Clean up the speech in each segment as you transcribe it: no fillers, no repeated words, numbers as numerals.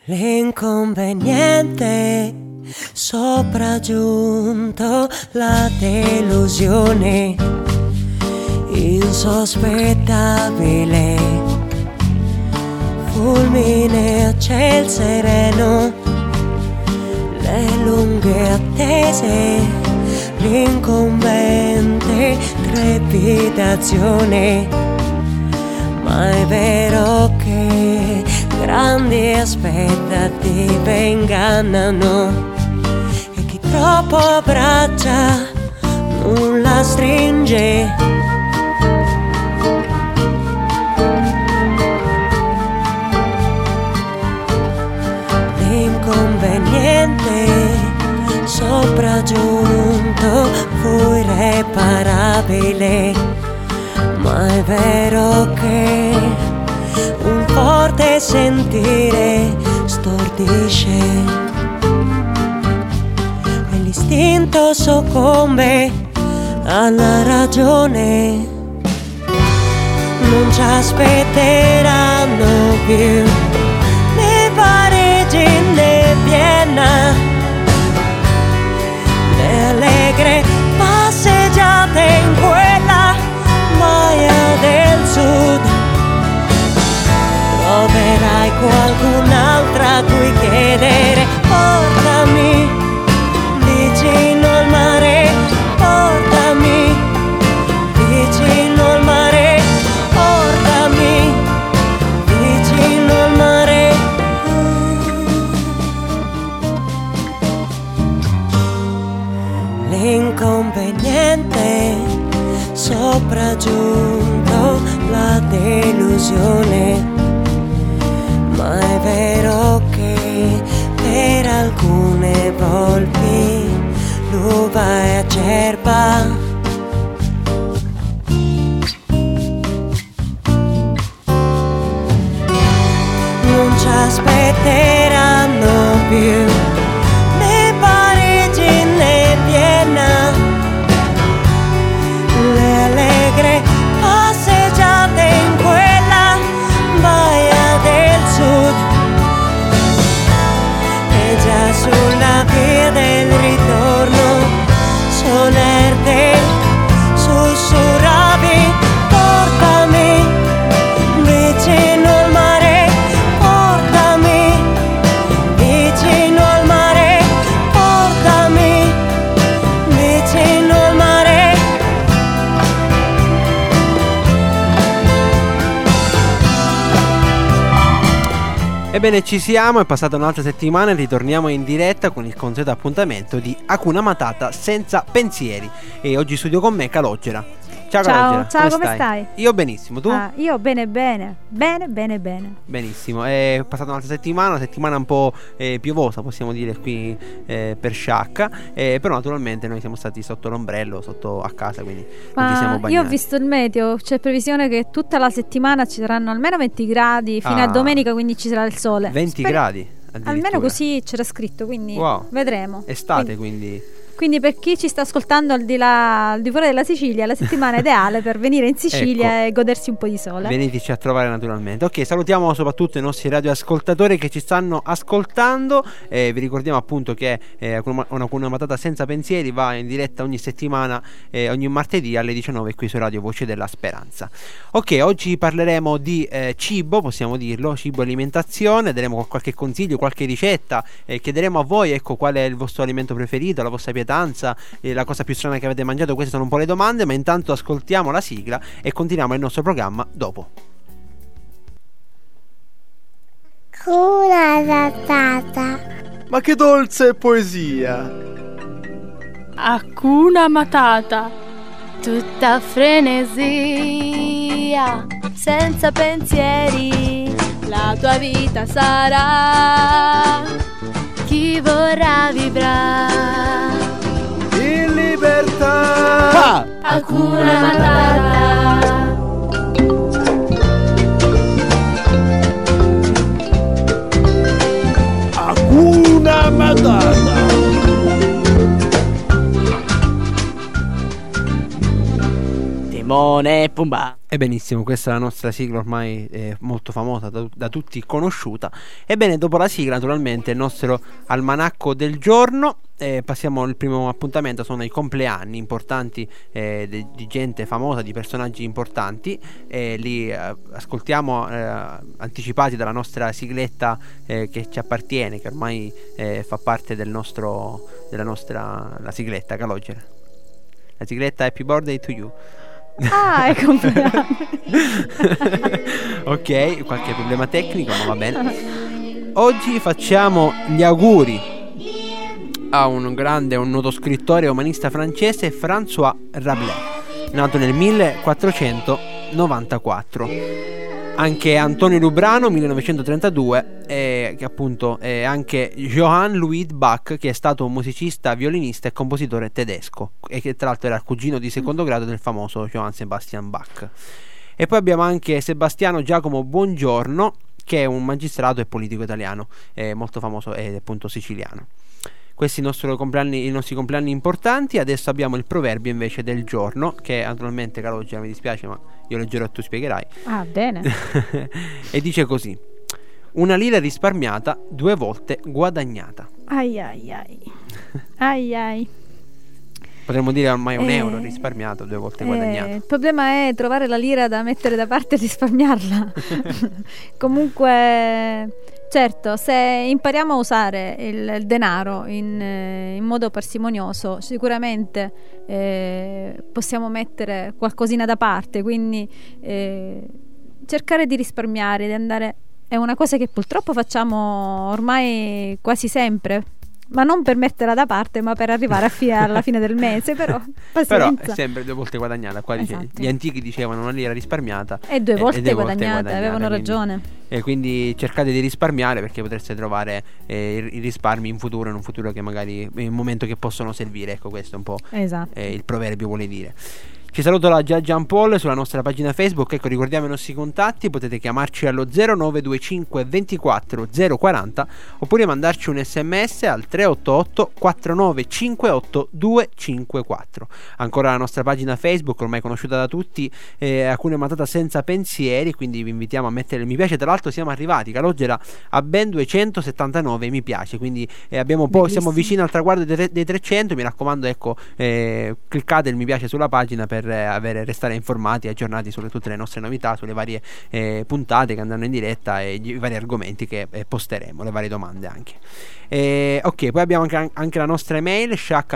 L'inconveniente sopraggiunto, la delusione insospettabile, fulmine a ciel sereno, le lunghe attese, l'incombente trepidazione. Ma è vero che grandi aspettative ingannano e chi troppo abbraccia nulla stringe. L'inconveniente sopraggiunto fu irreparabile, ma è vero che un forte sentire stordisce e l'istinto soccombe alla ragione. Non ci aspetteranno più né Parigi né Vienna, le allegre passeggiate in quella Maya del Sud. Troverai qualcun'altra a cui chiedere: portami vicino al mare, portami vicino al mare, portami vicino al mare. L'inconveniente sopraggiunto, la delusione. Ma è vero che per alcune volpi l'uva è acerba. Non ci aspetteranno più né Parigi né Vienna, le allegre passeggiate in quella Baia del Sud. E già sulla via del ritorno solerte sussurravi: portami vicino al mare, portami vicino al mare, portami vicino al mare. Ebbene, ci siamo, è passata un'altra settimana e ritorniamo in diretta con il consueto appuntamento di Hakuna Matata senza pensieri. E oggi in studio con me Calogera. Ciao Calogera. Ciao, come stai? Io benissimo, tu? Io bene. Benissimo, è passata un'altra settimana, una settimana un po' piovosa, possiamo dire, qui per Sciacca, però naturalmente noi siamo stati sotto l'ombrello, sotto a casa, quindi non ci siamo bagnati. Io ho visto il meteo, c'è previsione che tutta la settimana ci saranno almeno 20 gradi fino a domenica, quindi ci sarà il sole. 20 gradi? Almeno così c'era scritto, quindi vedremo. Estate, quindi Quindi per chi ci sta ascoltando al di fuori della Sicilia, la settimana ideale per venire in Sicilia e godersi un po' di sole. Veniteci a trovare naturalmente. Ok, salutiamo soprattutto i nostri radioascoltatori che ci stanno ascoltando. Vi ricordiamo appunto che una matata senza pensieri va in diretta ogni settimana, ogni martedì alle 19 qui su Radio Voce della Speranza. Ok, oggi parleremo di cibo, possiamo dirlo, cibo e alimentazione. Daremo qualche consiglio, qualche ricetta, chiederemo a voi, ecco, qual è il vostro alimento preferito, la vostra pietanza, la cosa più strana che avete mangiato. Queste sono un po' le domande, ma intanto ascoltiamo la sigla e continuiamo il nostro programma dopo. Hakuna Matata. Ma che dolce poesia! Hakuna Matata, tutta frenesia, senza pensieri, la tua vita sarà. Chi vorrà vivrà In libertà! Hakuna Matata. Hakuna Matata! Timone e Pumba. E benissimo, questa è la nostra sigla ormai molto famosa, da tutti conosciuta. Ebbene, dopo la sigla naturalmente il nostro almanacco del giorno. Passiamo al primo appuntamento, sono i compleanni importanti di gente famosa, di personaggi importanti. Li ascoltiamo anticipati dalla nostra sigletta che ci appartiene, che ormai fa parte della nostra la sigletta Calogero. La sigletta Happy Birthday to You. Ah, è compleanno. Ok, qualche problema tecnico, ma va bene. Oggi facciamo gli auguri a un noto scrittore e umanista francese, François Rabelais, nato nel 1494. Anche Antonio Lubrano, 1932, che appunto è anche Johann Louis Bach, che è stato un musicista, violinista e compositore tedesco, e che tra l'altro era il cugino di secondo grado del famoso Johann Sebastian Bach. E poi abbiamo anche Sebastiano Giacomo Buongiorno, che è un magistrato e politico italiano, molto famoso ed appunto siciliano. Questi i nostri compleanni importanti. Adesso abbiamo il proverbio invece del giorno, che naturalmente, Calogero, mi dispiace, ma io leggerò e tu spiegherai. Ah, bene. E dice così: una lira risparmiata 2 volte guadagnata. Ai ai ai. Ai ai. Potremmo dire ormai un euro risparmiato 2 volte guadagnato. Il problema è trovare la lira da mettere da parte e risparmiarla. Comunque, certo, se impariamo a usare il denaro in modo parsimonioso, sicuramente possiamo mettere qualcosina da parte. Quindi cercare di risparmiare, di andare, è una cosa che purtroppo facciamo ormai quasi sempre. Ma non per metterla da parte, ma per arrivare alla fine del mese. Però è sempre 2 volte guadagnata. Qua esatto. Gli antichi dicevano una lira risparmiata e 2 volte guadagnata, avevano ragione. E quindi cercate di risparmiare, perché potreste trovare i risparmi in un futuro che magari in un momento che possono servire. Ecco, questo è un po' esatto. Il proverbio vuole dire. Ci saluto la Gian Paul sulla nostra pagina Facebook. Ecco, ricordiamo i nostri contatti. Potete chiamarci allo 0925 24 040 oppure mandarci un sms al 388 4958 254. Ancora la nostra pagina Facebook, ormai conosciuta da tutti, Hakuna Matata senza pensieri, quindi vi invitiamo a mettere il mi piace. Tra l'altro siamo arrivati, Calogero, a ben 279 mi piace, quindi siamo vicini al traguardo dei 300. Mi raccomando, ecco, cliccate il mi piace sulla pagina per restare informati e aggiornati su tutte le nostre novità, sulle varie puntate che andranno in diretta e i vari argomenti che posteremo, le varie domande anche. Ok, poi abbiamo anche la nostra email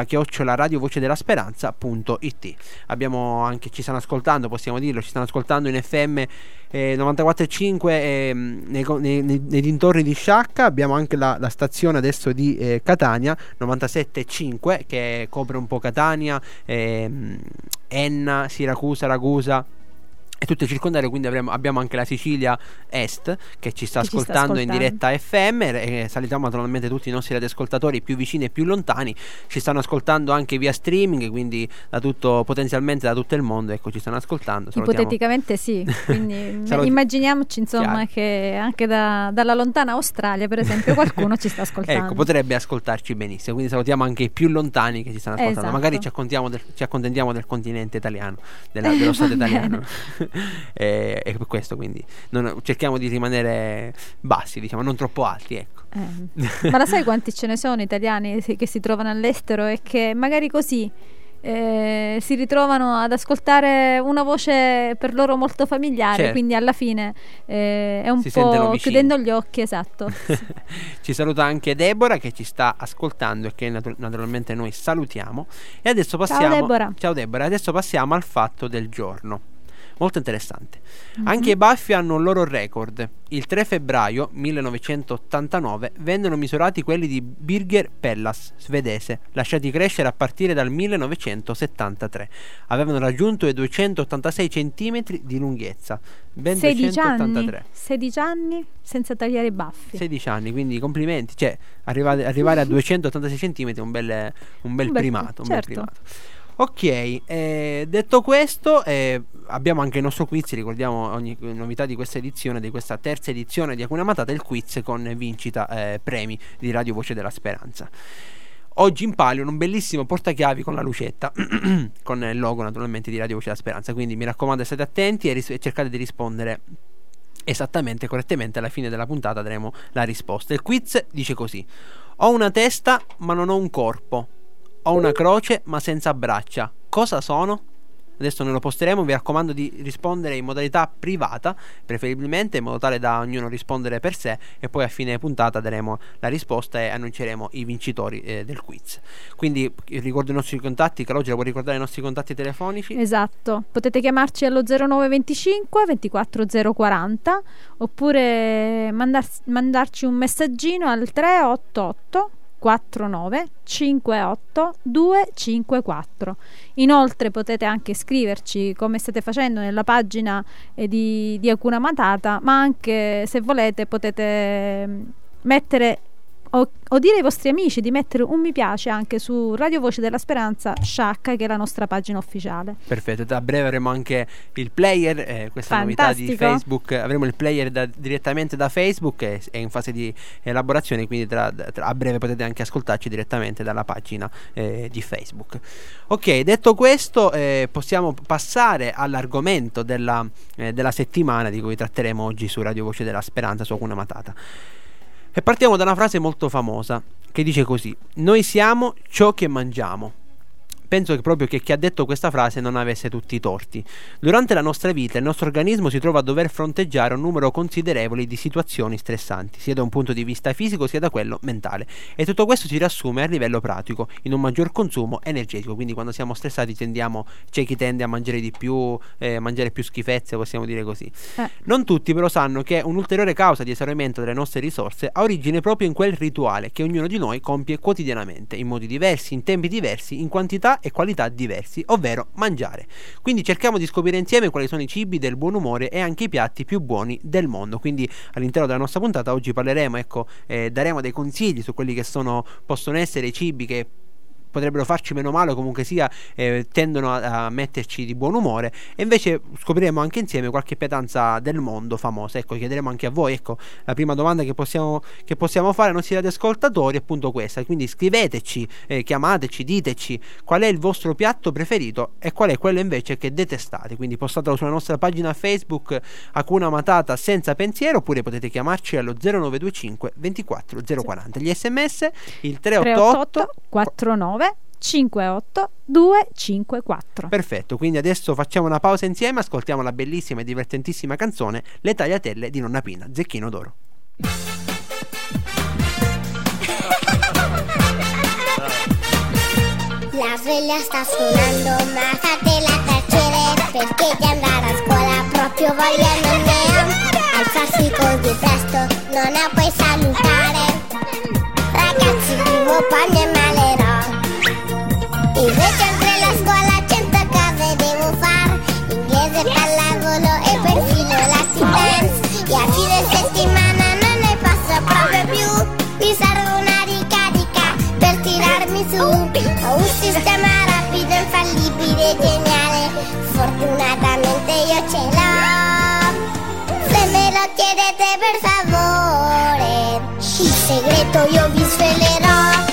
sciacca@radiovocedellasperanza.it. Abbiamo anche, ci stanno ascoltando, possiamo dirlo, ci stanno ascoltando in FM 94.5 nei dintorni di Sciacca. Abbiamo anche la stazione adesso di Catania 97.5, che copre un po' Catania, Enna, Siracusa, Ragusa e tutto il circondario. Quindi abbiamo anche la Sicilia Est che ci sta ascoltando in diretta FM, e salutiamo naturalmente tutti i nostri radioascoltatori più vicini e più lontani. Ci stanno ascoltando anche via streaming, quindi potenzialmente da tutto il mondo, ecco, ci stanno ascoltando. Ipoteticamente sì, quindi immaginiamoci insomma che anche dalla lontana Australia, per esempio, qualcuno ci sta ascoltando. Ecco, potrebbe ascoltarci benissimo, quindi salutiamo anche i più lontani che ci stanno ascoltando. Esatto. Magari ci accontentiamo del continente italiano, dello stato italiano. E per questo quindi cerchiamo di rimanere bassi, diciamo, non troppo alti, ecco. Ma la sai quanti ce ne sono italiani che si trovano all'estero e che magari così si ritrovano ad ascoltare una voce per loro molto familiare, certo. Quindi alla fine è un po' chiudendo gli occhi, esatto. Ci saluta anche Deborah che ci sta ascoltando e che naturalmente noi salutiamo. E adesso passiamo. Ciao Deborah, adesso passiamo al fatto del giorno. Molto interessante. Anche i baffi hanno un loro record. Il 3 febbraio 1989 vennero misurati quelli di Birger Pellas, svedese, lasciati crescere a partire dal 1973. Avevano raggiunto i 286 centimetri di lunghezza. Ben 283. 16 anni senza tagliare i baffi. 16 anni, quindi complimenti. Cioè, arrivare a 286 centimetri è un bel primato. Certo. Un bel primato. Ok, detto questo, abbiamo anche il nostro quiz. Ricordiamo ogni novità di questa edizione, di questa terza edizione di Hakuna Matata, il quiz con vincita premi di Radio Voce della Speranza. oggi in palio un bellissimo portachiavi con la lucetta con il logo naturalmente di Radio Voce della Speranza. Quindi mi raccomando, state attenti e cercate di rispondere esattamente, correttamente. Alla fine della puntata daremo la risposta. Il quiz dice così: ho una testa ma non ho un corpo, ho una croce ma senza braccia, cosa sono? Adesso noi lo posteremo, vi raccomando di rispondere in modalità privata, preferibilmente, in modo tale da ognuno rispondere per sé, e poi a fine puntata daremo la risposta e annunceremo i vincitori del quiz. Quindi ricordo i nostri contatti. Calogero, vuoi ricordare i nostri contatti telefonici? Esatto, potete chiamarci allo 0925 24040 oppure mandarci un messaggino al 388 49 58 254. Inoltre potete anche scriverci, come state facendo nella pagina di Hakuna Matata, ma anche, se volete, potete mettere o dire ai vostri amici di mettere un mi piace anche su Radio Voce della Speranza Sciacca, che è la nostra pagina ufficiale. Perfetto, a breve avremo anche il player, questa novità di Facebook, avremo il player direttamente da Facebook, è in fase di elaborazione, quindi a breve potete anche ascoltarci direttamente dalla pagina di Facebook. Ok, detto questo, possiamo passare all'argomento della settimana di cui tratteremo oggi su Radio Voce della Speranza, su Hakuna Matata. E partiamo da una frase molto famosa che dice così: noi siamo ciò che mangiamo. Penso che proprio che chi ha detto questa frase non avesse tutti i torti. Durante la nostra vita il nostro organismo si trova a dover fronteggiare un numero considerevole di situazioni stressanti, sia da un punto di vista fisico sia da quello mentale, e tutto questo si riassume a livello pratico in un maggior consumo energetico. Quindi quando siamo stressati c'è chi tende a mangiare di più, mangiare più schifezze, possiamo dire così. Non tutti però sanno che un'ulteriore causa di esaurimento delle nostre risorse ha origine proprio in quel rituale che ognuno di noi compie quotidianamente, in modi diversi, in tempi diversi, in quantità e qualità diversi, ovvero mangiare. Quindi cerchiamo di scoprire insieme quali sono i cibi del buon umore e anche i piatti più buoni del mondo. Quindi all'interno della nostra puntata oggi parleremo, daremo dei consigli su quelli che possono essere i cibi che potrebbero farci meno male o comunque sia tendono a metterci di buon umore, e invece scopriremo anche insieme qualche pietanza del mondo famosa. Ecco, chiederemo anche a voi, la prima domanda che possiamo fare ai nostri radioascoltatori è appunto questa. Quindi scriveteci, chiamateci, diteci qual è il vostro piatto preferito e qual è quello invece che detestate. Quindi postatelo sulla nostra pagina Facebook Hakuna Matata senza pensiero, oppure potete chiamarci allo 0925 24 040. Gli sms il 388 49 58 254. Perfetto, quindi adesso facciamo una pausa insieme, ascoltiamo la bellissima e divertentissima canzone Le tagliatelle di Nonna Pina, Zecchino d'Oro. La sveglia sta suonando, ma fatela tacere, perché di andare a scuola proprio voglia non ne ho. Alzarsi così presto non la puoi salutare. Ragazzi, vivo poi mi ammalerò. Invece oltre la scuola 100 cose devo fare: inglese, pallavolo e perfino Latin dance. E a fine settimana non ne posso proprio più. Mi serve una ricarica per tirarmi su. Ho un sistema rapido, infallibile, geniale. Fortunatamente io ce l'ho. Se me lo chiedete per favore, il segreto io vi svelerò.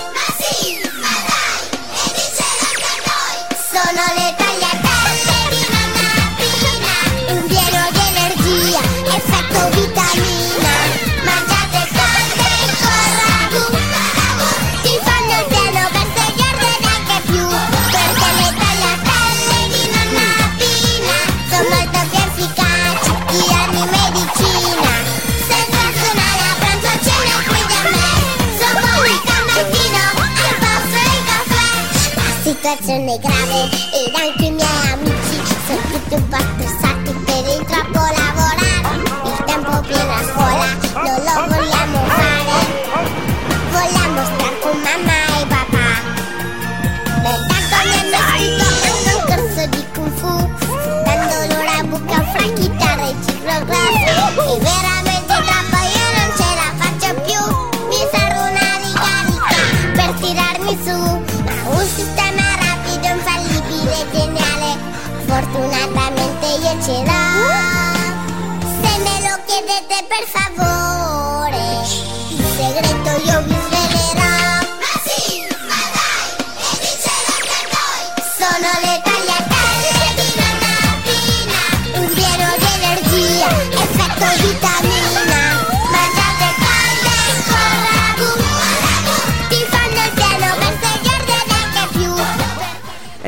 Sono le tagliatelle di Nonna Pina, un pieno di energia, effetto vitamina. Mangiate tante con ragù, ti fanno il pieno per svegliarti ed anche più, perché le tagliatelle di Nonna Pina sono molto più efficaci di ogni medicina. Senza suonare a pranzo, cena e qui da me, sono buoni al mattino, al pasto e il caffè. La situazione è grave ed anche i miei amici sono tutti un po' stressati per il troppo lavorare. Il tempo pieno a scuola non lo vogliamo fare, vogliamo stare con mamma e papà. Intanto mi hanno iscritto a un corso di Kung Fu, dando loro a buca fra chitarra e ciclocross. È veramente troppo, io non ce la faccio più. Mi serve una ricarica per tirarmi su, ma un sistema rapido, infallibile, geniale. Fortunatamente io ce l'ho. Se me lo chiedete per favore, il segreto io vi svelerò. Ma sì, ma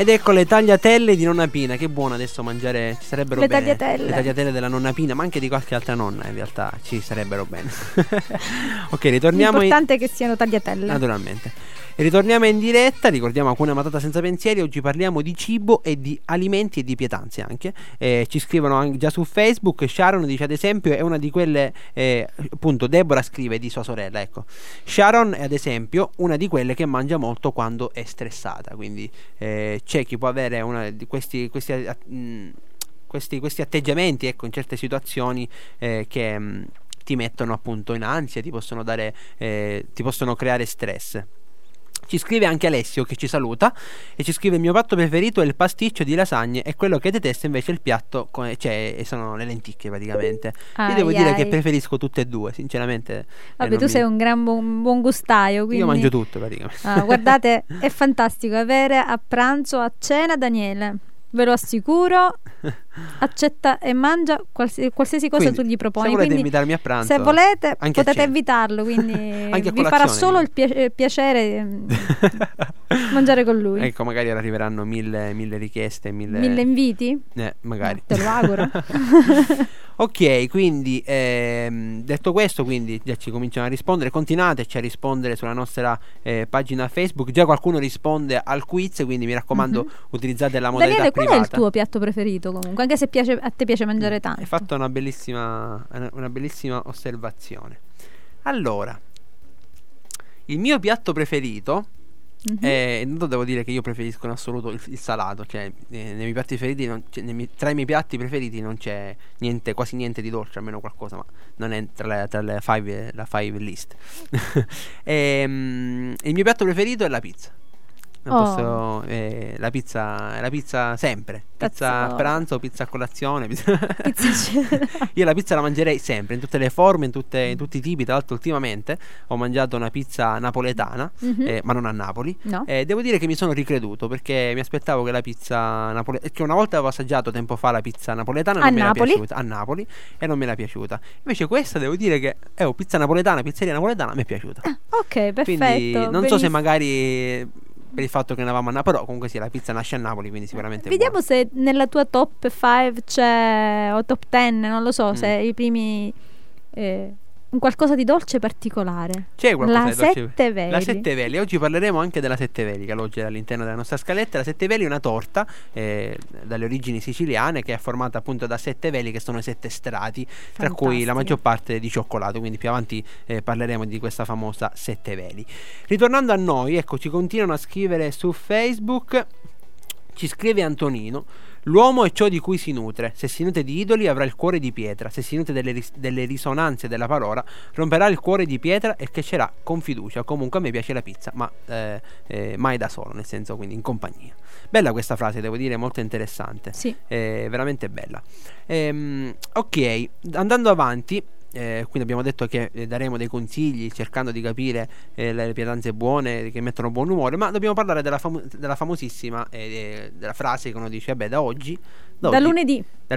Ed ecco le tagliatelle di nonna Pina. Che buono adesso mangiare. Ci sarebbero Le bene tagliatelle. le tagliatelle della nonna Pina, ma anche di qualche altra nonna in realtà ci sarebbero bene. Ok, ritorniamo L'importante è che siano tagliatelle. naturalmente. E ritorniamo in diretta, ricordiamo Hakuna Matata senza pensieri. Oggi parliamo di cibo e di alimenti e di pietanze anche. Ci scrivono anche già su Facebook. Sharon dice ad esempio è una di quelle, appunto Deborah scrive di sua sorella, ecco. Sharon è ad esempio una di quelle che mangia molto quando è stressata, quindi c'è chi può avere una di questi atteggiamenti, ecco, in certe situazioni che ti mettono appunto in ansia, ti possono creare stress. Ci scrive anche Alessio che ci saluta e ci scrive: il mio piatto preferito è il pasticcio di lasagne e quello che detesto invece è il piatto sono le lenticchie praticamente. Io devo dire che preferisco tutte e due, sinceramente. Vabbè, tu sei un gran buon gustaio, quindi... Io mangio tutto praticamente. Guardate, è fantastico avere a pranzo, a cena Daniele. Ve lo assicuro, accetta e mangia qualsiasi cosa Quindi, tu gli proponi. se volete Quindi, invitarmi a pranzo, se volete, anche a potete cena. invitarlo. Quindi Anche a vi farà colazione, solo il piacere mangiare con lui. Ecco, magari arriveranno mille richieste, 1000 inviti? magari. Te lo auguro. Ok, quindi detto questo, quindi già ci cominciano a rispondere. Continuateci a rispondere sulla nostra pagina Facebook. Già qualcuno risponde al quiz, quindi mi raccomando, utilizzate la modalità Daniele, privata. qual è il tuo piatto preferito comunque? Anche se a te piace mangiare tanto. Hai fatto una bellissima osservazione. Allora, il mio piatto preferito, intanto devo dire che io preferisco in assoluto il salato, cioè nei miei piatti preferiti tra i miei piatti preferiti non c'è niente, quasi niente di dolce, almeno qualcosa, ma non è tra la five list. Il mio piatto preferito è la pizza. Non posso, la pizza sempre. Pizza a pranzo, pizza a colazione. Io la pizza la mangerei sempre, in tutte le forme, in tutti i tipi. Tra l'altro ultimamente ho mangiato una pizza napoletana, ma non a Napoli. No. Devo dire che mi sono ricreduto, perché mi aspettavo che la pizza napoletana, che una volta avevo assaggiato tempo fa la pizza napoletana e non mi era piaciuta a Napoli, e non mi era piaciuta. Invece questa devo dire che pizza napoletana, pizzeria napoletana mi è piaciuta. Ok, perfetto. Quindi non so se benissimo. magari per il fatto che ne avevamo a Napoli, però comunque sì, la pizza nasce a Napoli, quindi sicuramente è Vediamo buona. se nella tua top 5 c'è, o top 10, non lo so, se i primi un qualcosa di dolce particolare. C'è qualcosa La di dolce. Sette Veli. La Sette Veli. Oggi parleremo anche della Sette Veli, che oggi è all'interno della nostra scaletta. La Sette Veli è una torta dalle origini siciliane, che è formata appunto da 7 veli, che sono i 7 strati, tra cui la maggior parte di cioccolato. Quindi più avanti parleremo di questa famosa Sette Veli. Ritornando a noi, ecco, ci continuano a scrivere su Facebook. Ci scrive Antonino: l'uomo è ciò di cui si nutre. Se si nutre di idoli avrà il cuore di pietra. Se si nutre delle risonanze della parola, romperà il cuore di pietra e crescerà con fiducia. Comunque a me piace la pizza, ma mai da solo, nel senso, quindi in compagnia. Bella questa frase, devo dire, molto interessante. Sì. Veramente bella. Ok, andando avanti. Quindi abbiamo detto che daremo dei consigli cercando di capire le pietanze buone che mettono buon umore, ma dobbiamo parlare della famosissima della frase che uno dice: vabbè, da lunedì da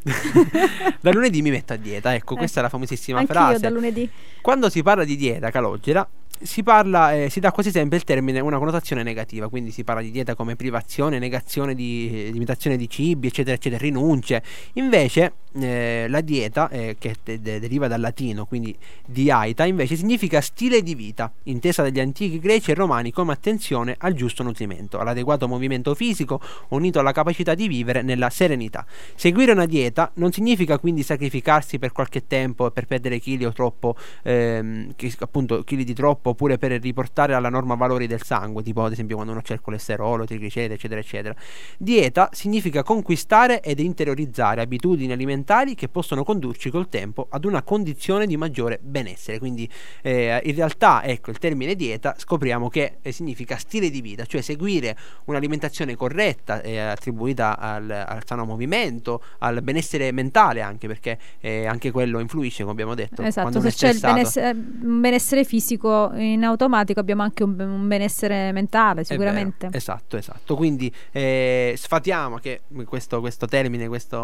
lunedì mi metto a dieta. Ecco, questa è la famosissima Anch'io frase. da lunedì. Quando si parla di dieta, Calogera, si dà quasi sempre il termine una connotazione negativa, quindi si parla di dieta come privazione, negazione di limitazione di cibi, eccetera eccetera, rinunce. Invece la dieta, che deriva dal latino, quindi diaita, invece significa stile di vita, intesa dagli antichi greci e romani come attenzione al giusto nutrimento, all'adeguato movimento fisico, unito alla capacità di vivere nella serenità. Seguire una dieta non significa quindi sacrificarsi per qualche tempo per perdere chili o troppo, appunto chili di troppo, oppure per riportare alla norma valori del sangue, tipo ad esempio quando uno c'è il colesterolo, trigliceridi, eccetera eccetera. Dieta significa conquistare ed interiorizzare abitudini alimentari che possono condurci col tempo ad una condizione di maggiore benessere. Quindi in realtà, ecco, il termine dieta scopriamo che significa stile di vita, cioè seguire un'alimentazione corretta, attribuita al sano movimento, al benessere mentale, anche perché anche quello influisce, come abbiamo detto. Esatto, quando se uno è c'è un benessere fisico, in automatico abbiamo anche un benessere mentale, sicuramente. Esatto. Quindi sfatiamo che questo termine,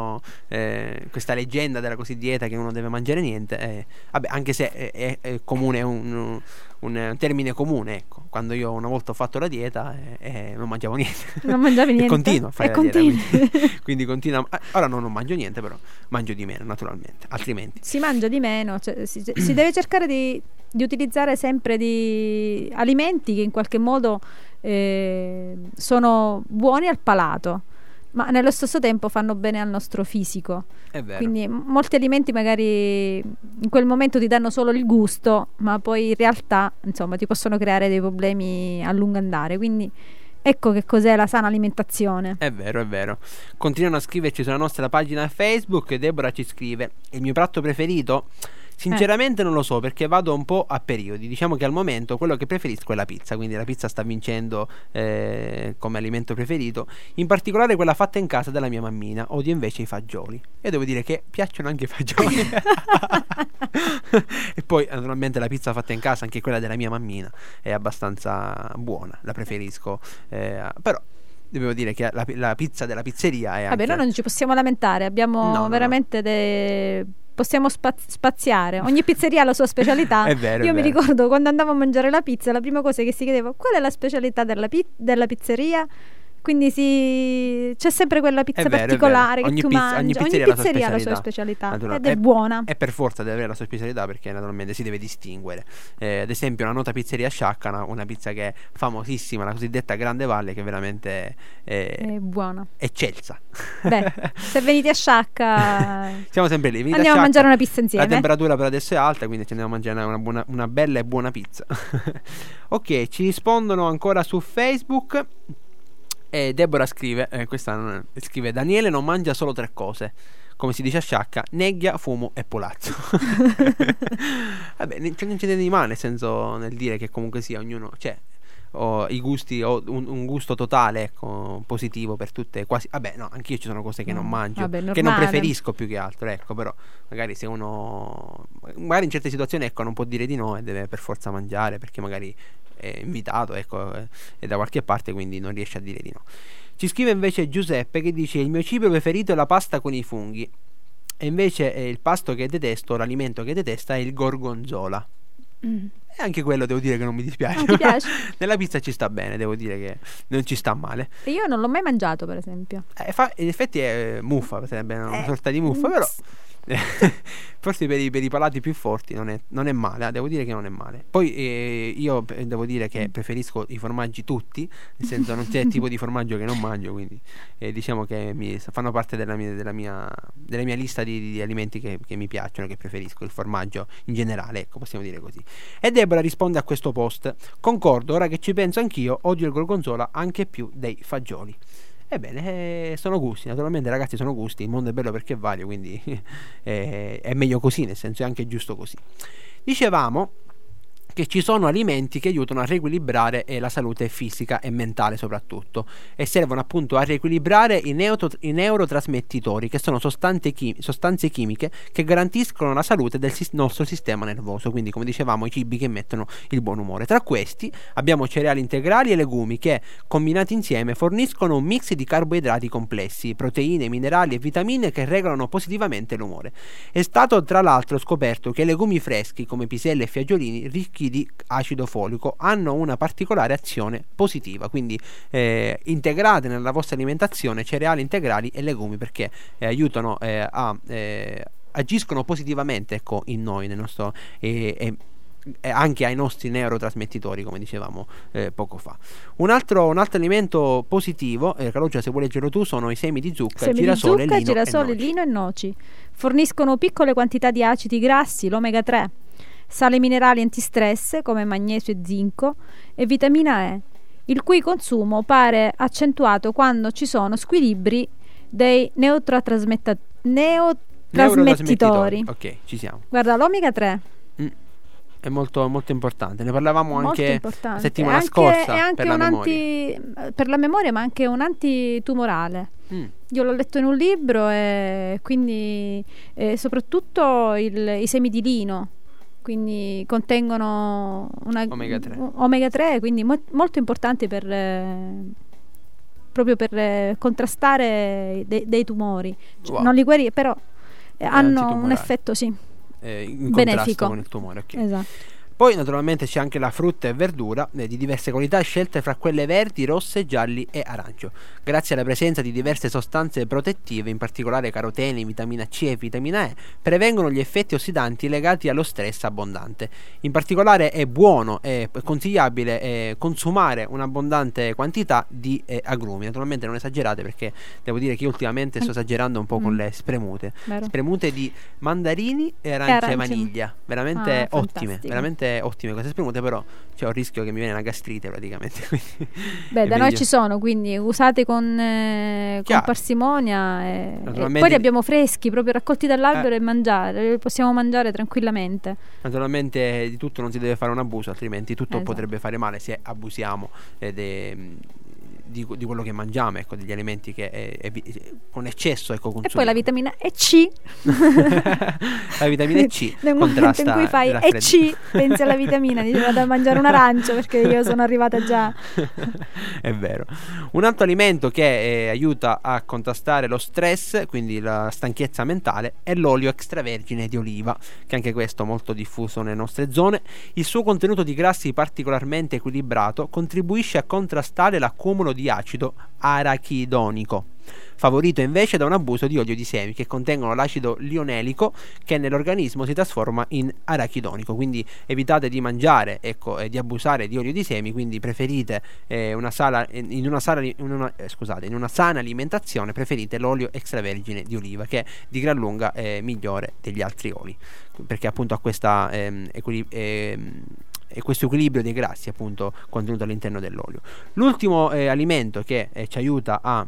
questa leggenda della cosiddetta che uno deve mangiare niente, vabbè, anche se è comune un termine comune, ecco. Quando io una volta ho fatto la dieta non mangiavo niente. Non mangiavi niente? E continuo a fare E la dieta, continui. quindi continuo. Ora non mangio niente, però mangio di meno naturalmente, altrimenti. Si mangia di meno, cioè, si deve cercare di utilizzare sempre di alimenti che in qualche modo sono buoni al palato, ma nello stesso tempo fanno bene al nostro fisico. È vero. Quindi molti alimenti magari in quel momento ti danno solo il gusto, ma poi in realtà insomma ti possono creare dei problemi a lungo andare. Quindi ecco che cos'è la sana alimentazione. È vero, è vero. Continuano a scriverci sulla nostra pagina Facebook. Deborah ci scrive: il mio piatto preferito? Sinceramente non lo so, perché vado un po' a periodi. Diciamo che al momento quello che preferisco è la pizza, quindi la pizza sta vincendo come alimento preferito, in particolare quella fatta in casa dalla mia mammina. Odio invece i fagioli, e devo dire che piacciono anche i fagioli. E poi naturalmente la pizza fatta in casa, anche quella della mia mammina, è abbastanza buona, la preferisco, però devo dire che la pizza della pizzeria è Vabbè, anche... noi non ci possiamo lamentare, abbiamo No. veramente possiamo spaziare. Ogni pizzeria ha la sua specialità. È vero, è Io mi vero. ricordo quando andavo a mangiare la pizza, la prima cosa che si chiedeva: qual è la specialità della pizzeria? Quindi c'è sempre quella pizza È vero, è particolare vero. che tu Ogni mangi. pizzeria Ha la sua specialità Naturalmente. ed è buona. E per forza deve avere la sua specialità, perché naturalmente si deve distinguere. Ad esempio, la nota pizzeria Sciacca, una pizza che è famosissima, la cosiddetta Grande Valle, che veramente È buona. eccelsa. Beh, se venite a Sciacca Siamo sempre lì. venite andiamo a Sciacca. mangiare una pizza La insieme. temperatura per adesso è alta, quindi ci andiamo a mangiare una bella e buona pizza. Ok, ci rispondono ancora su Facebook. E Deborah scrive, scrive: Daniele non mangia solo 3 cose, come si dice a Sciacca: neghia, fumo e polazzo. Vabbè, non c'è niente di male, nel senso, nel dire che comunque sia ognuno, cioè, i gusti, o un gusto totale, ecco, positivo per tutte, quasi. Vabbè, no, anch'io ci sono cose che non mangio, vabbè, che non normale. preferisco più che altro, ecco. Però magari se uno, magari in certe situazioni, ecco, non può dire di no e deve per forza mangiare, perché magari è invitato, ecco, è da qualche parte, quindi non riesce a dire di no. Ci scrive invece Giuseppe, che dice: il mio cibo preferito è la pasta con i funghi, e invece il pasto che detesto, l'alimento che detesta, è il gorgonzola. E anche quello devo dire che non mi dispiace. Non ti piace? Nella pizza ci sta bene, devo dire che non ci sta male. E io non l'ho mai mangiato, per esempio. In effetti è muffa, sarebbe una sorta di muffa, però forse per i palati più forti non è male, devo dire che non è male. Poi io devo dire che preferisco i formaggi tutti, nel senso non c'è tipo di formaggio che non mangio, quindi diciamo che fanno parte della mia lista di alimenti che mi piacciono, che preferisco, il formaggio in generale, ecco, possiamo dire così. E Deborah risponde a questo post: concordo, ora che ci penso anch'io, odio il gorgonzola anche più dei fagioli. Ebbene, sono gusti, naturalmente, ragazzi, sono gusti, il mondo è bello perché è vario, quindi è meglio così, nel senso è anche giusto così. Dicevamo che ci sono alimenti che aiutano a riequilibrare la salute fisica e mentale soprattutto, e servono appunto a riequilibrare i neurotrasmettitori, che sono sostanze chimiche che garantiscono la salute del nostro sistema nervoso, quindi come dicevamo i cibi che mettono il buon umore. Tra questi abbiamo cereali integrali e legumi che, combinati insieme, forniscono un mix di carboidrati complessi, proteine, minerali e vitamine che regolano positivamente l'umore. È stato tra l'altro scoperto che i legumi freschi come piselli e fagiolini ricchi di acido folico hanno una particolare azione positiva, quindi integrate nella vostra alimentazione cereali integrali e legumi, perché aiutano agiscono positivamente, ecco, in noi, nel nostro anche ai nostri neurotrasmettitori, come dicevamo poco fa. Un altro alimento positivo, Calogero, se vuoi leggerlo tu, sono i semi di zucca, girasole, lino e noci. Forniscono piccole quantità di acidi grassi, l'omega 3, sali minerali antistress come magnesio e zinco, e vitamina E, il cui consumo pare accentuato quando ci sono squilibri dei neurotrasmettitori. Ok, ci siamo. Guarda, l'omega 3 è molto, molto importante. Ne parlavamo anche la settimana anche, scorsa, è anche per la memoria. Per la memoria, ma anche un antitumorale. Io l'ho letto in un libro, e quindi soprattutto i semi di lino, quindi contengono omega 3, quindi molto importante proprio per contrastare dei tumori. Wow. Non li guarire, però hanno un effetto, sì, in benefico contrasto con il tumore, okay. Esatto. Poi naturalmente c'è anche la frutta e verdura di diverse qualità, scelte fra quelle verdi, rosse, gialli e arancio, grazie alla presenza di diverse sostanze protettive, in particolare carotene, vitamina C e vitamina E, prevengono gli effetti ossidanti legati allo stress abbondante. In particolare è buono e consigliabile consumare un'abbondante quantità di agrumi, naturalmente non esagerate, perché devo dire che io ultimamente sto esagerando un po' con le spremute. Vero. Spremute di mandarini e arance arance. vaniglia, veramente ottime, fantastico. veramente ottime queste spremute, però c'è un rischio che mi viene una gastrite praticamente. quindi Beh, è da noi meglio. ci sono, quindi usate con Chiaro. parsimonia e Naturalmente- poi li abbiamo freschi, proprio raccolti dall'albero e mangiare, li possiamo mangiare tranquillamente. Naturalmente di tutto non si deve fare un abuso, altrimenti tutto Esatto. potrebbe fare male se abusiamo di quello che mangiamo, ecco, degli alimenti che con eccesso, ecco, E poi consumiamo. la vitamina C. La vitamina C Nel momento contrasta in cui fai il raffreddore. C, pensi alla vitamina, dici vado a mangiare un arancio perché io sono arrivata già. È vero. Un altro alimento che aiuta a contrastare lo stress, quindi la stanchezza mentale, è l'olio extravergine di oliva, che anche questo è molto diffuso nelle nostre zone. Il suo contenuto di grassi particolarmente equilibrato contribuisce a contrastare l'accumulo di acido arachidonico, favorito invece da un abuso di olio di semi, che contengono l'acido lionelico, che nell'organismo si trasforma in arachidonico. Quindi evitate di mangiare, ecco, e di abusare di olio di semi, quindi preferite in una sana alimentazione, preferite l'olio extravergine di oliva, che di gran lunga è migliore degli altri oli, perché appunto ha questa e questo equilibrio dei grassi appunto contenuto all'interno dell'olio. L'ultimo alimento che ci aiuta a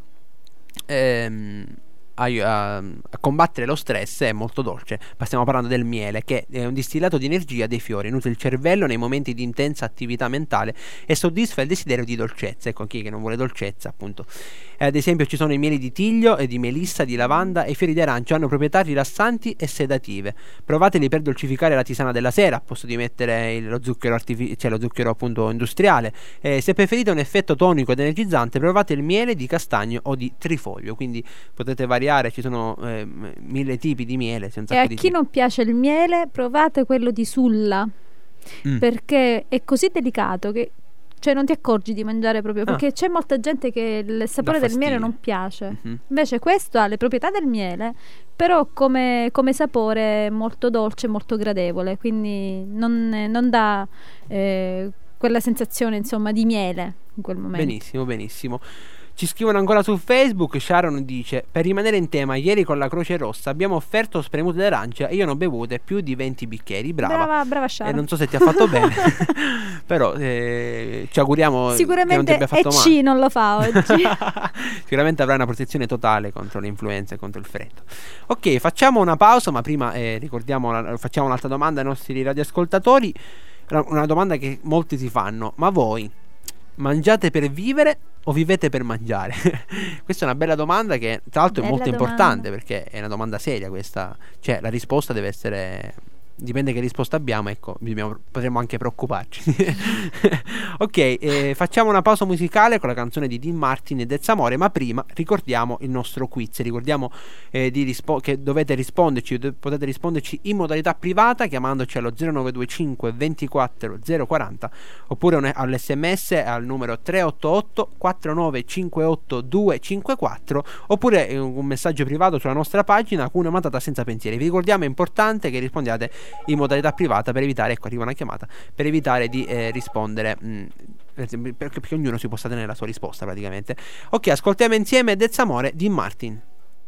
combattere lo stress è molto dolce. Stiamo parlando del miele, che è un distillato di energia dei fiori, nutre il cervello nei momenti di intensa attività mentale e soddisfa il desiderio di dolcezza. Ecco, chi che non vuole dolcezza, appunto. Ad esempio ci sono i mieli di tiglio e di melissa, di lavanda e i fiori di arancio, hanno proprietà rilassanti e sedative. Provateli per dolcificare la tisana della sera, al posto di mettere lo zucchero lo zucchero appunto industriale. Se preferite un effetto tonico ed energizzante, provate il miele di castagno o di trifoglio, quindi potete variare, ci sono 1000 tipi di miele. E a chi non piace il miele, provate quello di sulla, perché è così delicato che non ti accorgi di mangiare proprio, perché c'è molta gente che il sapore del miele non piace. Invece questo ha le proprietà del miele, però come sapore molto dolce, molto gradevole, quindi non dà quella sensazione, insomma, di miele in quel momento. Benissimo, benissimo. Ci scrivono ancora su Facebook. Sharon dice: per rimanere in tema, ieri con la Croce Rossa abbiamo offerto spremute d'arancia e io ne ho bevute più di 20 bicchieri. Brava Sharon. Non so se ti ha fatto bene, però ci auguriamo sicuramente che non ti abbia fatto male. EC non lo fa oggi. Sicuramente avrai una protezione totale contro le influenze e contro il freddo. Ok, facciamo una pausa, ma prima facciamo un'altra domanda ai nostri radioascoltatori. Una domanda che molti si fanno: ma voi mangiate per vivere o vivete per mangiare? Questa è una bella domanda, che tra l'altro è molto importante, perché è una domanda seria questa. Cioè la risposta deve essere, dipende che risposta abbiamo, ecco, potremmo anche preoccuparci. Ok, facciamo una pausa musicale con la canzone di Dean Martin e Dezza Amore, ma prima ricordiamo il nostro quiz. Ricordiamo che dovete risponderci, potete risponderci in modalità privata chiamandoci allo 0925 24 040 oppure all'SMS al numero 388 4958 254 oppure un messaggio privato sulla nostra pagina con una matata senza pensieri. Vi ricordiamo, è importante che rispondiate in modalità privata per evitare, ecco, arriva una chiamata, per evitare di rispondere perché ognuno si possa tenere la sua risposta praticamente. Ok, ascoltiamo insieme Dezza Amore di Martin.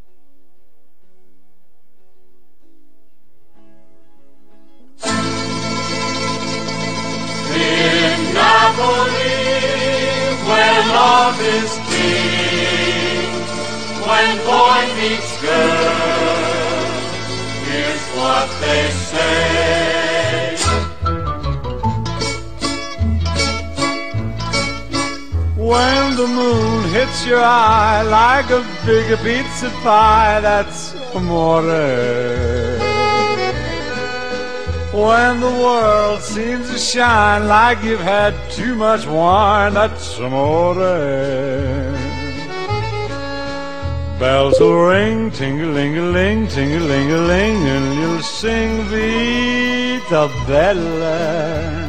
In Napoli, where love is king, when boy meets girl, here's what they say. When the moon hits your eye like a big pizza pie, that's amore. When the world seems to shine like you've had too much wine, that's amore. Bells will ring, ting-a-ling-a-ling, ting-a-ling-a-ling, and you'll sing Vita Bella.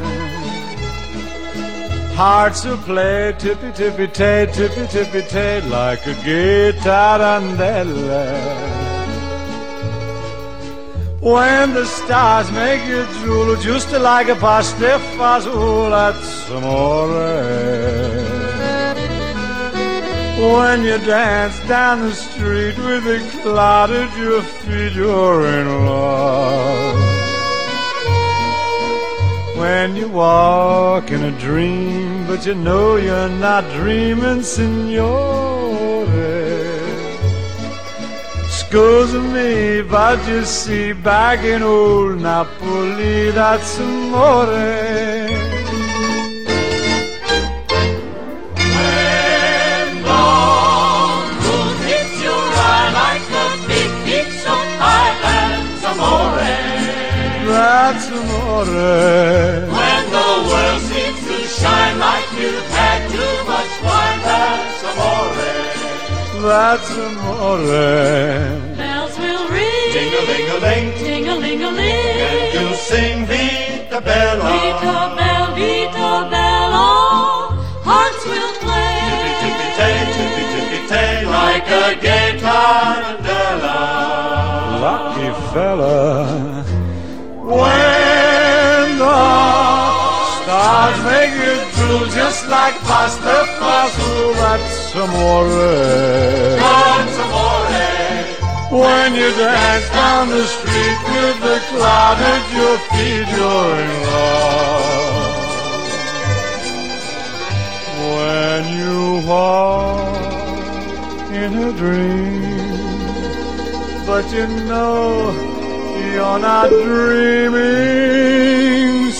Hearts will play tippy-tippy-tay, tippy-tippy-tay, like a gay tarantella. When the stars make you drool, just like a pasta fazool, that's amore. When you dance down the street with a cloud at your feet, you're in love. When you walk in a dream, but you know you're not dreaming, signore. Scusa me, but you see, back in old Napoli, that's amore. That's amore. When the world seems to shine like you've had too much wine, that's amore. That's amore. Bells will ring, Ting-a-ling-a-ling, ting-a-ling-a-ling. and you'll sing Vita Bella. Vita Bella, hearts will play. Tippy-tippy-tay, like a gay tarantella. Lucky fella. When the stars make you drool, just like pasta fazool, that's amore. That's amore. When you dance down the street with the cloud at your feet, you're in love. When you walk in a dream, but you know you're not dreaming,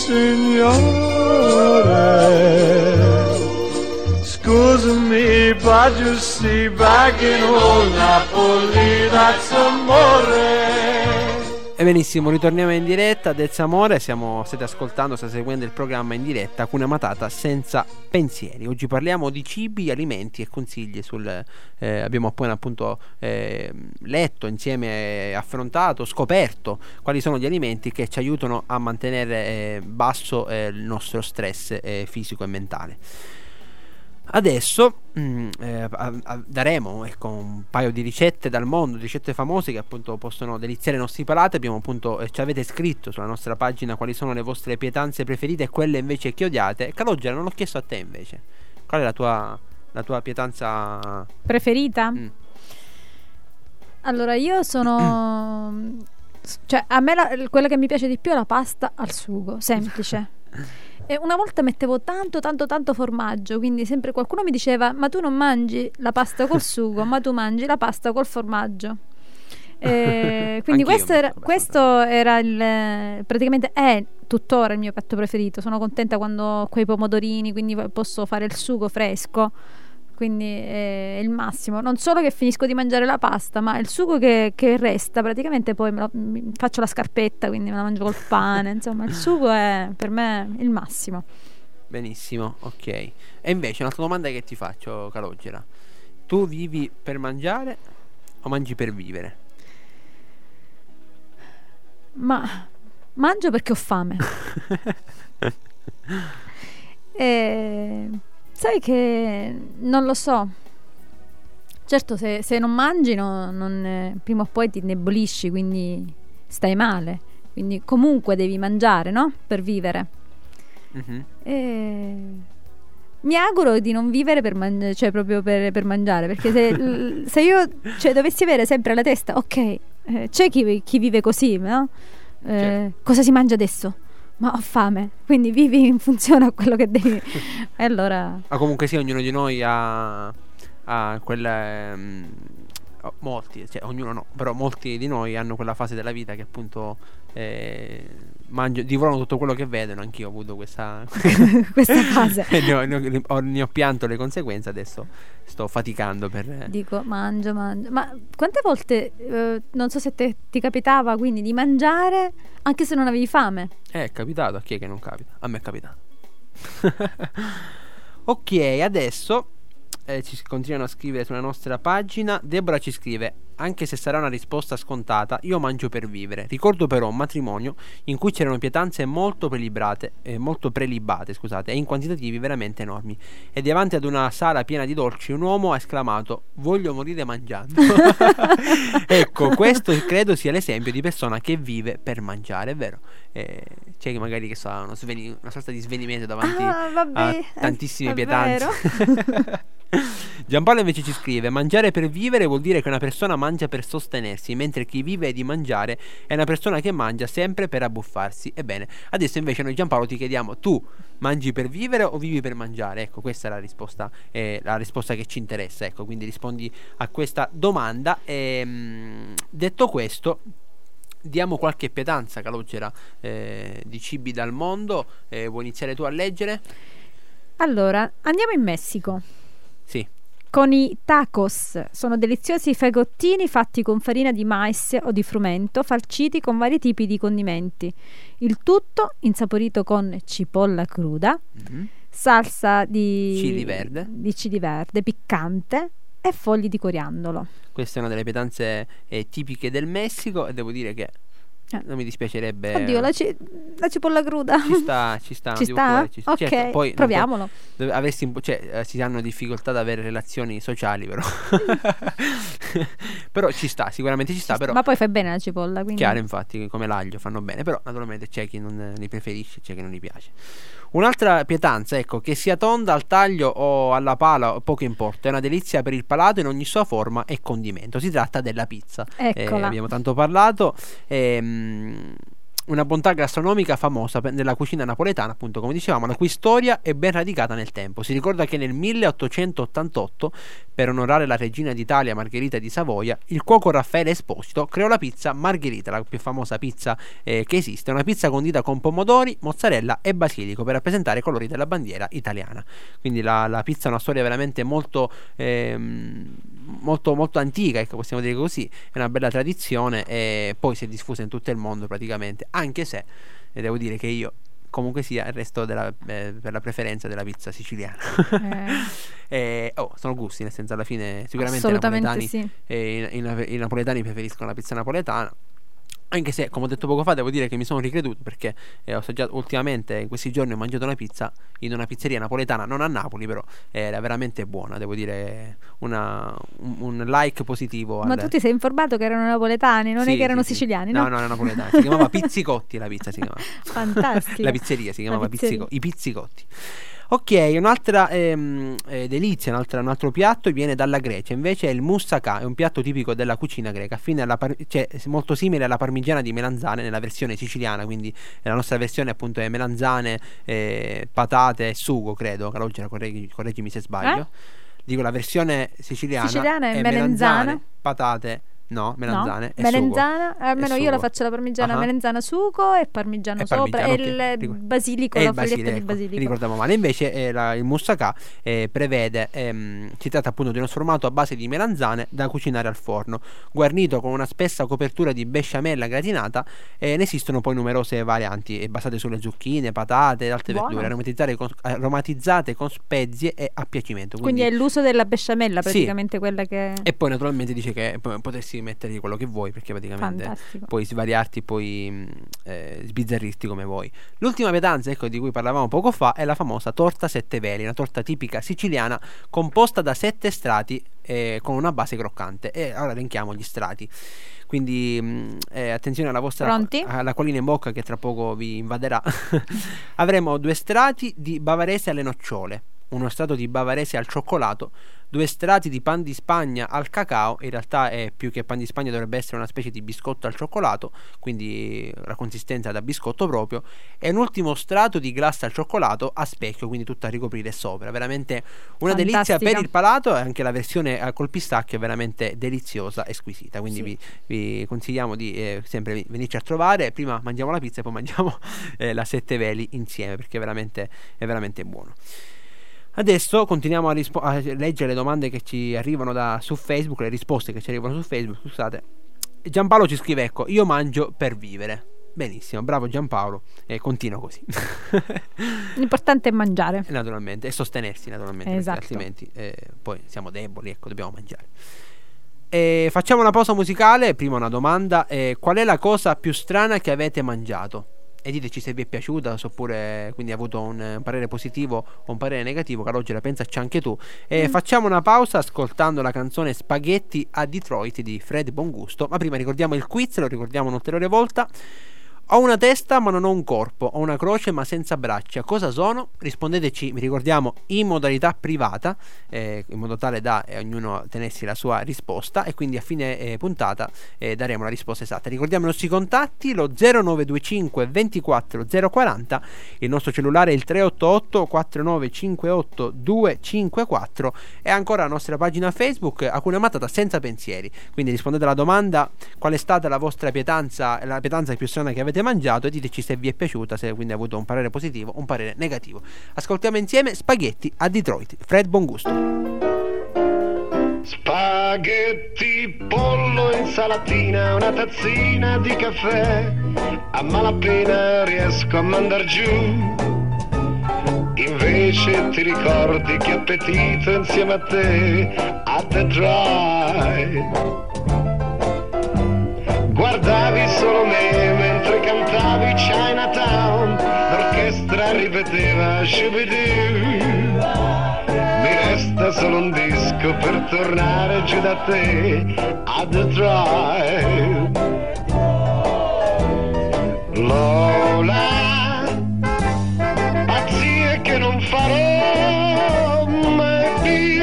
signore. Scusa me, but you see, back in old Napoli, that's amore. E benissimo, ritorniamo in diretta. Dezza Amore, state ascoltando, state seguendo il programma in diretta Hakuna Matata senza pensieri. Oggi parliamo di cibi, alimenti e consigli abbiamo appena appunto letto insieme, affrontato, scoperto quali sono gli alimenti che ci aiutano a mantenere basso il nostro stress fisico e mentale. Adesso daremo un paio di ricette dal mondo, ricette famose che appunto possono deliziare i nostri palati. Abbiamo appunto ci avete scritto sulla nostra pagina quali sono le vostre pietanze preferite e quelle invece che odiate. Calogera, non l'ho chiesto a te invece. Qual è la tua pietanza preferita? Allora, io sono cioè a me quello che mi piace di più è la pasta al sugo, semplice. E una volta mettevo tanto formaggio, quindi sempre qualcuno mi diceva: ma tu non mangi la pasta col sugo, ma tu mangi la pasta col formaggio. Quindi questo era praticamente è tuttora il mio piatto preferito. Sono contenta quando ho quei pomodorini, quindi posso fare il sugo fresco, quindi è il massimo. Non solo che finisco di mangiare la pasta, ma il sugo che resta praticamente poi faccio la scarpetta, quindi me la mangio col pane. Insomma, il sugo è per me il massimo. Benissimo, ok. E invece un'altra domanda che ti faccio, Calogera: tu vivi per mangiare o mangi per vivere? Ma mangio perché ho fame. Sai che non lo so. Certo, se non mangi prima o poi ti indebolisci, quindi stai male. Quindi comunque devi mangiare, no? Per vivere. Mi auguro di non vivere per mangiare, cioè proprio per mangiare, perché se io dovessi avere sempre alla testa, ok, c'è chi vive così, no? Cosa si mangia adesso? Ma ho fame, quindi vivi in funzione a quello che devi. E allora. Ma comunque sì, ognuno di noi ha quella. Molti, cioè ognuno no, però molti di noi hanno quella fase della vita che appunto divorano tutto quello che vedono. Anch'io ho avuto questa fase. ne ho pianto le conseguenze. Adesso sto faticando per. Dico mangio. Ma quante volte non so se ti capitava quindi di mangiare anche se non avevi fame? È capitato, a chi è che non capita? A me è capitato. Ok, adesso ci continuano a scrivere sulla nostra pagina. Deborah ci scrive: anche se sarà una risposta scontata, io mangio per vivere. Ricordo però un matrimonio in cui c'erano pietanze molto prelibate, scusate, e in quantitativi veramente enormi. E davanti ad una sala piena di dolci un uomo ha esclamato: voglio morire mangiando. Ecco, questo credo sia l'esempio di persona che vive per mangiare, è vero? C'è magari che sa una sorta di svenimento davanti a tantissime pietanze. Giampaolo invece ci scrive: mangiare per vivere vuol dire che una persona mangia per sostenersi, mentre chi vive di mangiare è una persona che mangia sempre per abbuffarsi. Ebbene, adesso invece noi, Giampaolo, ti chiediamo: tu mangi per vivere o vivi per mangiare? Ecco, questa è la risposta che ci interessa, ecco, quindi rispondi a questa domanda. Detto questo, diamo qualche pietanza, Calogera, di cibi dal mondo. Vuoi iniziare tu a leggere? Allora, andiamo in Messico. Sì. Con i tacos. Sono deliziosi fagottini fatti con farina di mais o di frumento, farciti con vari tipi di condimenti. Il tutto insaporito con cipolla cruda, salsa di cili verde piccante e fogli di coriandolo. Questa è una delle pietanze tipiche del Messico, e devo dire che non mi dispiacerebbe. Oddio, la cipolla cruda. Ci sta. Ok, certo, poi proviamolo. Si hanno difficoltà ad avere relazioni sociali, però. Però ci sta, sicuramente ci sta. Però, ma poi fa bene la cipolla, quindi. Chiaro, infatti, come l'aglio fanno bene. Però naturalmente c'è chi non li preferisce, c'è chi non li piace. Un'altra pietanza, ecco, che sia tonda al taglio o alla pala, poco importa, è una delizia per il palato in ogni sua forma e condimento. Si tratta della pizza. Eccola. Abbiamo tanto parlato. Una bontà gastronomica famosa nella cucina napoletana, appunto, come dicevamo, la cui storia è ben radicata nel tempo. Si ricorda che nel 1888, per onorare la regina d'Italia Margherita di Savoia, il cuoco Raffaele Esposito creò la pizza Margherita, la più famosa pizza che esiste, una pizza condita con pomodori, mozzarella e basilico per rappresentare i colori della bandiera italiana. Quindi la pizza è una storia veramente molto molto antica, ecco, possiamo dire così. È una bella tradizione e poi si è diffusa in tutto il mondo praticamente, anche se devo dire che io comunque sia il resto per la preferenza della pizza siciliana. Sono gusti, nel senso, alla fine sicuramente i napoletani preferiscono la pizza napoletana. Anche se, come ho detto poco fa, devo dire che mi sono ricreduto, perché ho assaggiato ultimamente, in questi giorni ho mangiato una pizza in una pizzeria napoletana, non a Napoli, però era veramente buona, devo dire, un like positivo. Ma tu ti sei informato che erano napoletani, non è che erano siciliani, no? No, erano napoletani, si chiamava Pizzicotti la pizza, si chiamava. Fantastico. La pizzeria si chiamava i Pizzicotti. Ok, un'altra delizia, un altro piatto viene dalla Grecia, invece è il moussaka, è un piatto tipico della cucina greca, affine molto simile alla parmigiana di melanzane nella versione siciliana, quindi la nostra versione appunto è melanzane, patate e sugo, credo. Calogera, correggimi se sbaglio. Dico, la versione siciliana è melanzane, patate. No, melanzane e melenzana, sugo. almeno io la faccio la parmigiana melenzana sugo e parmigiano sopra e il basilico, la foglietta di basilico. Mi ricordavo male. Invece il moussaka prevede, si tratta appunto di uno sformato a base di melanzane da cucinare al forno, guarnito con una spessa copertura di besciamella gratinata. Ne esistono poi numerose varianti basate sulle zucchine, patate ed altre verdure, aromatizzate con spezie e a piacimento. Quindi è l'uso della besciamella praticamente, sì, quella che. E poi naturalmente dice che potresti mettere quello che vuoi, perché praticamente fantastico, puoi svariarti, puoi sbizzarrirti come vuoi. L'ultima pietanza, ecco, di cui parlavamo poco fa, è la famosa torta sette veli, una torta tipica siciliana composta da 7 strati con una base croccante. E ora elenchiamo gli strati. Quindi attenzione alla collina in bocca che tra poco vi invaderà. Avremo 2 strati di bavarese alle nocciole, uno strato di bavarese al cioccolato, 2 strati di pan di Spagna al cacao. In realtà è più che pan di Spagna, dovrebbe essere una specie di biscotto al cioccolato, quindi la consistenza da biscotto proprio, e un ultimo strato di glassa al cioccolato a specchio, quindi tutta a ricoprire sopra. Veramente una delizia per il palato, e anche la versione col pistacchio è veramente deliziosa e squisita, quindi sì, vi consigliamo di sempre venirci a trovare. Prima mangiamo la pizza e poi mangiamo la sette veli insieme, perché è veramente buono. Adesso continuiamo a leggere le domande che ci arrivano su Facebook, le risposte che ci arrivano su Facebook, scusate. Giampaolo ci scrive, ecco: io mangio per vivere. Benissimo, bravo Giampaolo, continua così. L'importante è mangiare. Naturalmente, e sostenersi naturalmente, Esatto. perché altrimenti poi siamo deboli, ecco, dobbiamo mangiare. Facciamo una pausa musicale. Prima una domanda: qual è la cosa più strana che avete mangiato? E diteci se vi è piaciuta, oppure quindi ha avuto un parere positivo o un parere negativo. Calogera, pensaci anche tu. Facciamo una pausa ascoltando la canzone Spaghetti a Detroit di Fred Bongusto. Ma prima ricordiamo il quiz, lo ricordiamo un'ulteriore volta. Ho una testa ma non ho un corpo, ho una croce ma senza braccia, cosa sono? Rispondeteci, vi ricordiamo, in modalità privata, in modo tale da ognuno tenersi la sua risposta, e quindi a fine puntata daremo la risposta esatta. Ricordiamo i nostri contatti: lo 0925 24 040, il nostro cellulare è il 388 4958 254, e ancora la nostra pagina Facebook Hakuna Matata senza pensieri. Quindi rispondete alla domanda: qual è stata la vostra pietanza, la pietanza più strana che avete mangiato, e diteci se vi è piaciuta, se quindi ha avuto un parere positivo o un parere negativo. Ascoltiamo insieme Spaghetti a Detroit, Fred Bongusto. Spaghetti, pollo, insalatina, una tazzina di caffè, a malapena riesco a mandar giù. Invece ti ricordi che appetito insieme a te a Detroit. Guardavi solo me mentre cantavi Chinatown, l'orchestra ripeteva Shoo-be-doo. Mi resta solo un disco per tornare giù da te a Detroit. Lola, pazzie che non farò mai più,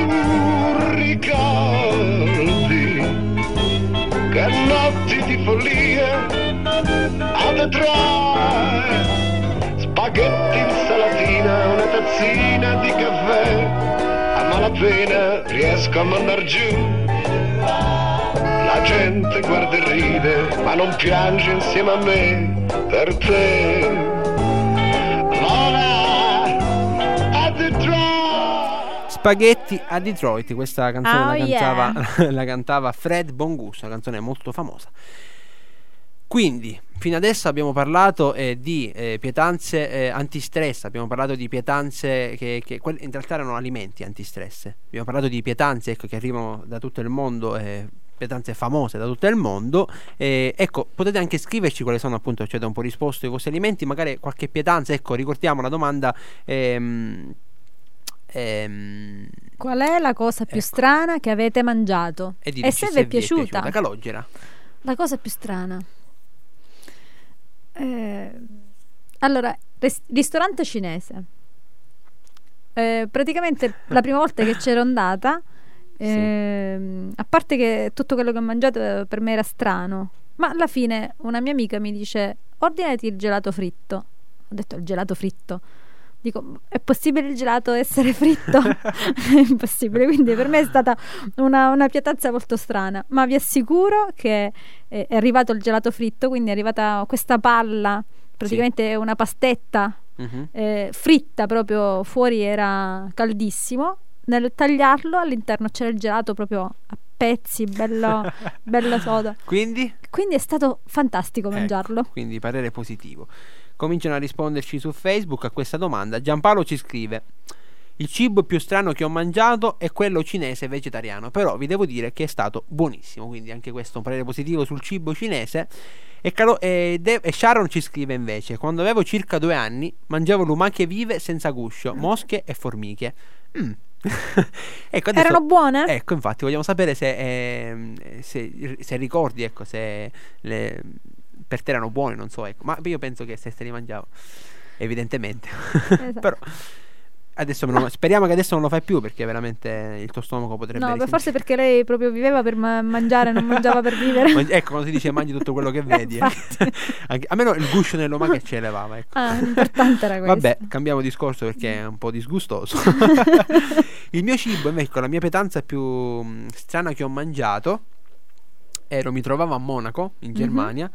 ricordi che notti di follia a Detroit. Spaghetti, insalatina, una tazzina di caffè, a malapena riesco a mandar giù. La gente guarda e ride, ma non piange insieme a me per te. Lola, a Detroit. Spaghetti a Detroit, questa canzone Oh, la cantava Fred Bongusto, una canzone molto famosa. Quindi fino adesso abbiamo parlato di pietanze antistress, abbiamo parlato di pietanze che in realtà erano alimenti antistress. Abbiamo parlato di pietanze, ecco, che arrivano da tutto il mondo, pietanze famose da tutto il mondo. Ecco, potete anche scriverci quali sono, appunto, cioè da un po' risposto ai vostri alimenti, magari qualche pietanza. Ecco, ricordiamo la domanda. Qual è la cosa più strana che avete mangiato? E se vi è piaciuta? Calogera. La cosa più strana. Allora, ristorante cinese. Praticamente la prima volta che c'ero andata, a parte che tutto quello che ho mangiato per me era strano, ma alla fine una mia amica mi dice: ordinati il gelato fritto. Ho detto: il gelato fritto? Dico: è possibile il gelato essere fritto? È impossibile. Quindi per me è stata una pietanza molto strana, ma vi assicuro che è arrivato il gelato fritto, quindi è arrivata questa palla, praticamente una pastetta fritta, proprio fuori era caldissimo, nel tagliarlo all'interno c'era il gelato proprio a pezzi, bello soda. Quindi è stato fantastico mangiarlo. Quindi parere positivo. Cominciano a risponderci su Facebook a questa domanda. Giampaolo ci scrive: il cibo più strano che ho mangiato è quello cinese vegetariano, però vi devo dire che è stato buonissimo. Quindi anche questo un parere positivo sul cibo cinese. E Sharon ci scrive invece: quando avevo circa 2 anni mangiavo lumache vive senza guscio, mosche e formiche. Ecco, adesso, erano buone? Ecco, infatti vogliamo sapere se ricordi, ecco, se per te erano buoni, non so, ecco. Ma io penso che se li mangiavo, evidentemente. Esatto. Però adesso speriamo che adesso non lo fai più, perché veramente il tuo stomaco potrebbe No, forse perché lei proprio viveva per mangiare, non mangiava per vivere. Ecco, quando si dice mangi tutto quello che vedi, anche, almeno il guscio nelle lumache ce l'elevava, ecco. L'importante era questo. Vabbè, cambiamo discorso perché è un po' disgustoso. Il mio cibo, invece, la mia pietanza più strana che ho mangiato, mi trovavo a Monaco, in Germania,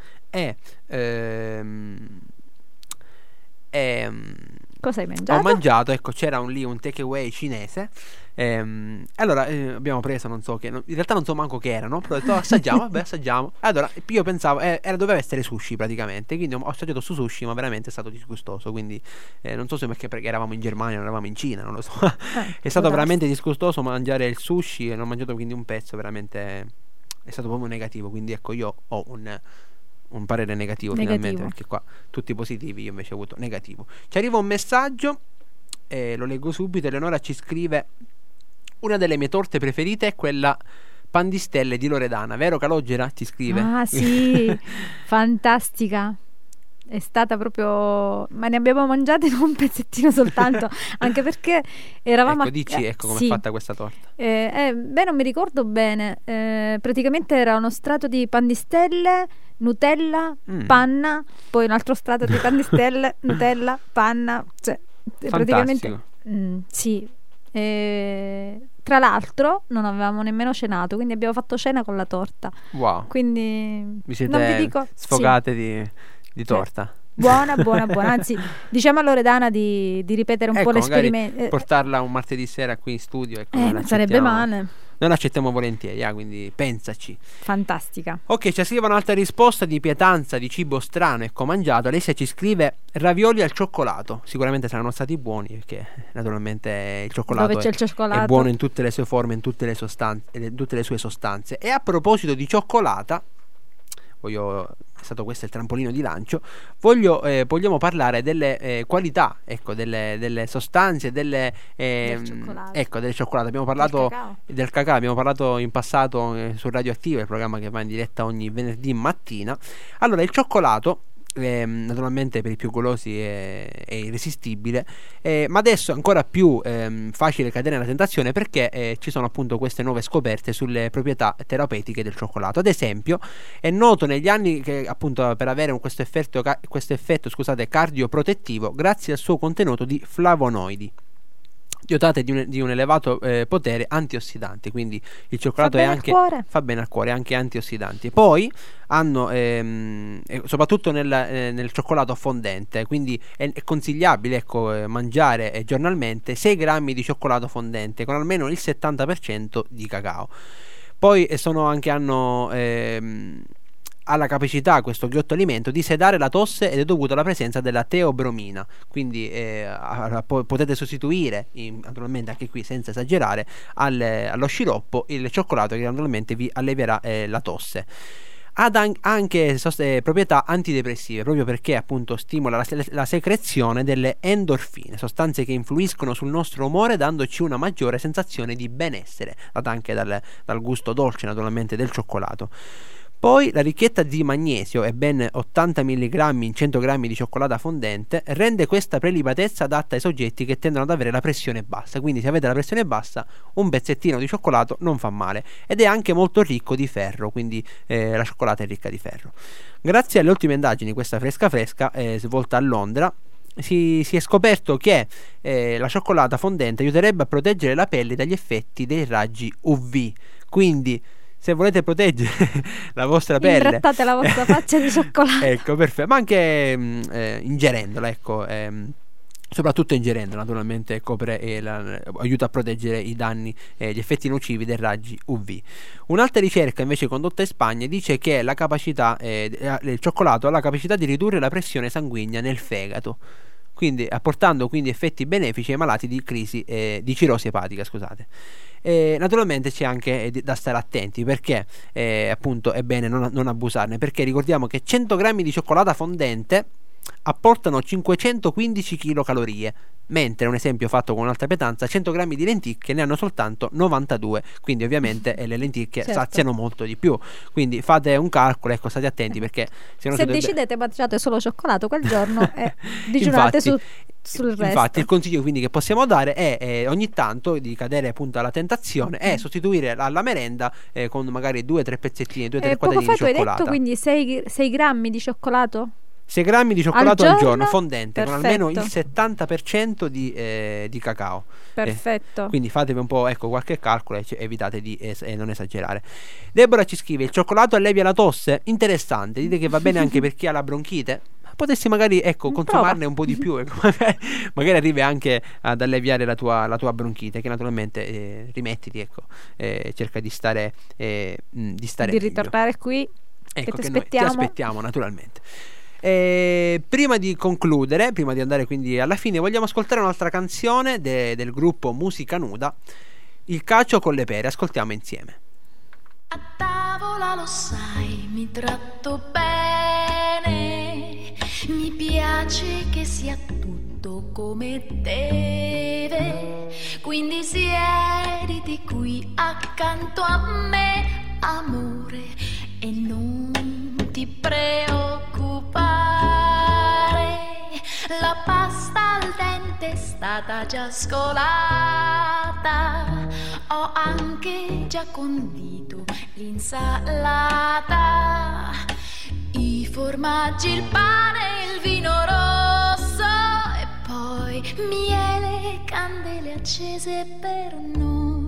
cosa hai mangiato? Ho mangiato, ecco, c'era lì un takeaway cinese, Allora abbiamo preso, non so che, in realtà non so manco che erano, però ho detto assaggiamo, vabbè assaggiamo. Allora io pensavo doveva essere sushi praticamente, quindi ho assaggiato su sushi, ma veramente è stato disgustoso, quindi non so se perché eravamo in Germania, non eravamo in Cina, non lo so. È stato veramente disgustoso mangiare il sushi e l'ho mangiato quindi un pezzo, veramente è stato proprio negativo, quindi ecco io ho un parere negativo finalmente, perché qua tutti positivi, io invece ho avuto negativo. Ci arriva un messaggio, lo leggo subito. Eleonora ci scrive: una delle mie torte preferite è quella pan di stelle di Loredana, vero Calogera? Ci scrive. Ah sì, fantastica. È stata proprio, ma ne abbiamo mangiate un pezzettino soltanto, anche perché eravamo ecco, dici ecco come è fatta questa torta. Beh, non mi ricordo bene. Praticamente era uno strato di pan di stelle, Nutella, panna, poi un altro strato di pan di stelle, Nutella, panna, cioè praticamente sì. Tra l'altro non avevamo nemmeno cenato, quindi abbiamo fatto cena con la torta. Wow. Quindi vi siete non vi dico, sfogate di torta. Buona. Anzi, diciamo a Loredana di ripetere un po' l'esperimento. Portarla un martedì sera qui in studio. Ecco, non sarebbe male. Noi l'accettiamo volentieri, quindi pensaci. Fantastica. Ok, ci arriva un'altra risposta di pietanza di cibo strano, ecco, mangiato. Alessia ci scrive ravioli al cioccolato. Sicuramente saranno stati buoni, perché naturalmente il cioccolato, dove c'è il cioccolato è buono in tutte le sue forme, in tutte le sue sostanze. E a proposito di cioccolata, è stato questo il trampolino di lancio, vogliamo parlare delle qualità, ecco, delle sostanze, del cioccolato. Abbiamo parlato del cacao, abbiamo parlato in passato su Radioattiva, il programma che va in diretta ogni venerdì mattina. Allora, il cioccolato naturalmente per i più golosi è irresistibile, ma adesso è ancora più facile cadere nella tentazione, perché ci sono appunto queste nuove scoperte sulle proprietà terapeutiche del cioccolato. Ad esempio è noto negli anni che appunto per avere questo effetto cardioprotettivo grazie al suo contenuto di flavonoidi dotate di un elevato potere antiossidante, quindi il cioccolato fa bene al cuore, anche antiossidanti. Poi hanno soprattutto nel cioccolato fondente, quindi è consigliabile, ecco, mangiare giornalmente 6 grammi di cioccolato fondente con almeno il 70% di cacao. Poi ha la capacità, questo ghiotto alimento, di sedare la tosse ed è dovuto alla presenza della teobromina, quindi potete sostituire naturalmente anche qui senza esagerare allo sciroppo il cioccolato, che naturalmente vi allevierà la tosse. Ha anche proprietà antidepressive, proprio perché appunto stimola la secrezione delle endorfine, sostanze che influiscono sul nostro umore dandoci una maggiore sensazione di benessere, data anche dal gusto dolce naturalmente del cioccolato. Poi la ricchezza di magnesio e ben 80 mg in 100 g di cioccolata fondente rende questa prelibatezza adatta ai soggetti che tendono ad avere la pressione bassa, quindi se avete la pressione bassa un pezzettino di cioccolato non fa male, ed è anche molto ricco di ferro, quindi la cioccolata è ricca di ferro. Grazie alle ultime indagini, questa fresca svolta a Londra, si è scoperto che la cioccolata fondente aiuterebbe a proteggere la pelle dagli effetti dei raggi UV, quindi se volete proteggere la vostra pelle, intrattate la vostra faccia di cioccolato. Ecco, perfetto, ma anche ingerendola, ecco, soprattutto ingerendo, naturalmente copre aiuta a proteggere i danni, gli effetti nocivi dei raggi UV. Un'altra ricerca invece condotta in Spagna dice che la capacità il cioccolato ha la capacità di ridurre la pressione sanguigna nel fegato, quindi apportando quindi effetti benefici ai malati di crisi di cirrosi epatica, scusate. Naturalmente c'è anche da stare attenti, perché appunto è bene non abusarne, perché ricordiamo che 100 grammi di cioccolata fondente apportano 515 kcal, mentre un esempio fatto con un'altra pietanza, 100 grammi di lenticchie ne hanno soltanto 92, quindi ovviamente le lenticchie saziano molto di più, quindi fate un calcolo, ecco, state attenti, perché se decidete mangiate solo cioccolato quel giorno e digiunate sul resto. Infatti il consiglio quindi che possiamo dare è ogni tanto di cadere appunto alla tentazione e sostituire alla merenda con magari 2-3 pezzettini, 2-3 quadratini di cioccolata. Hai detto quindi 6 grammi di cioccolato? 6 grammi di cioccolato al giorno fondente, perfetto, con almeno il 70% di cacao. Perfetto. Quindi fatevi un po', ecco, qualche calcolo e evitate di non esagerare. Deborah ci scrive: il cioccolato allevia la tosse? Interessante, dite che va bene anche per chi ha la bronchite? potessi magari, ecco, Prova. consumarne un po' di più, ecco, magari arrivi anche ad alleviare la tua bronchite, che naturalmente rimettiti, ecco, cerca di stare Di meglio. ritornare qui, Ecco, che ti che noi ti aspettiamo. aspettiamo naturalmente. Prima di concludere, prima di andare quindi alla fine, vogliamo ascoltare un'altra canzone del gruppo Musica Nuda, Il cacio con le pere. Ascoltiamo insieme. A tavola lo sai, mi tratto bene, mi piace che sia tutto come deve, quindi siediti qui accanto a me, amore, e non ti preoccupare, la pasta al dente è stata già scolata, ho anche già condito l'insalata, i formaggi, il pane, il vino rosso e poi miele e candele accese per noi.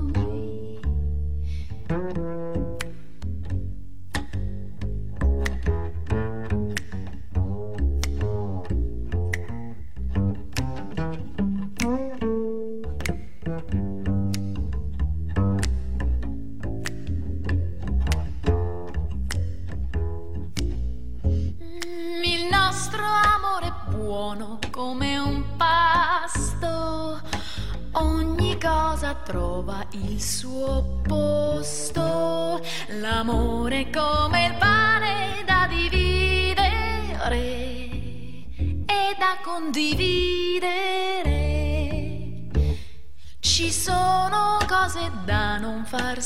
Il nostro amore è buono come un pasto, ogni cosa trova il suo posto, l'amore è come il pane da dividere e da condividere. Ci sono cose da non far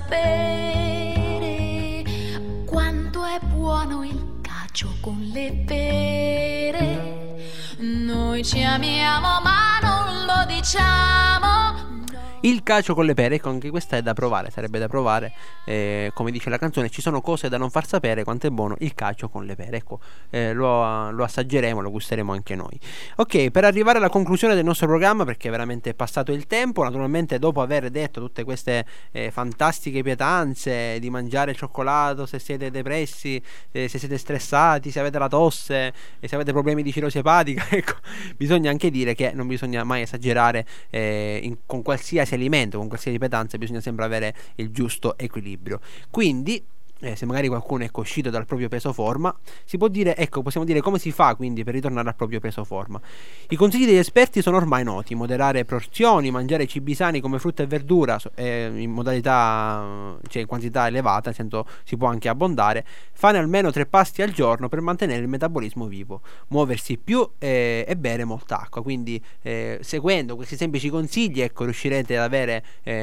sapere, quanto è buono il cacio con le pere. Noi ci amiamo ma non lo diciamo. Il cacio con le pere, ecco, anche questa è da provare, sarebbe da provare, come dice la canzone, ci sono cose da non far sapere, quanto è buono il cacio con le pere, ecco, lo assaggeremo, lo gusteremo anche noi. Ok, per arrivare alla conclusione del nostro programma, perché veramente è passato il tempo, naturalmente dopo aver detto tutte queste fantastiche pietanze di mangiare il cioccolato se siete depressi, se siete stressati, se avete la tosse, se avete problemi di cirrosi epatica, ecco, bisogna anche dire che non bisogna mai esagerare con qualsiasi alimento, con qualsiasi pietanza, bisogna sempre avere il giusto equilibrio. Quindi se magari qualcuno è uscito dal proprio peso forma, si può dire, ecco, possiamo dire come si fa quindi per ritornare al proprio peso forma. I consigli degli esperti sono ormai noti: moderare porzioni, mangiare cibi sani come frutta e verdura in modalità, cioè in quantità elevata, nel senso si può anche abbondare, fare almeno 3 pasti al giorno per mantenere il metabolismo vivo, muoversi più e bere molta acqua. Quindi seguendo questi semplici consigli, ecco, riuscirete ad avere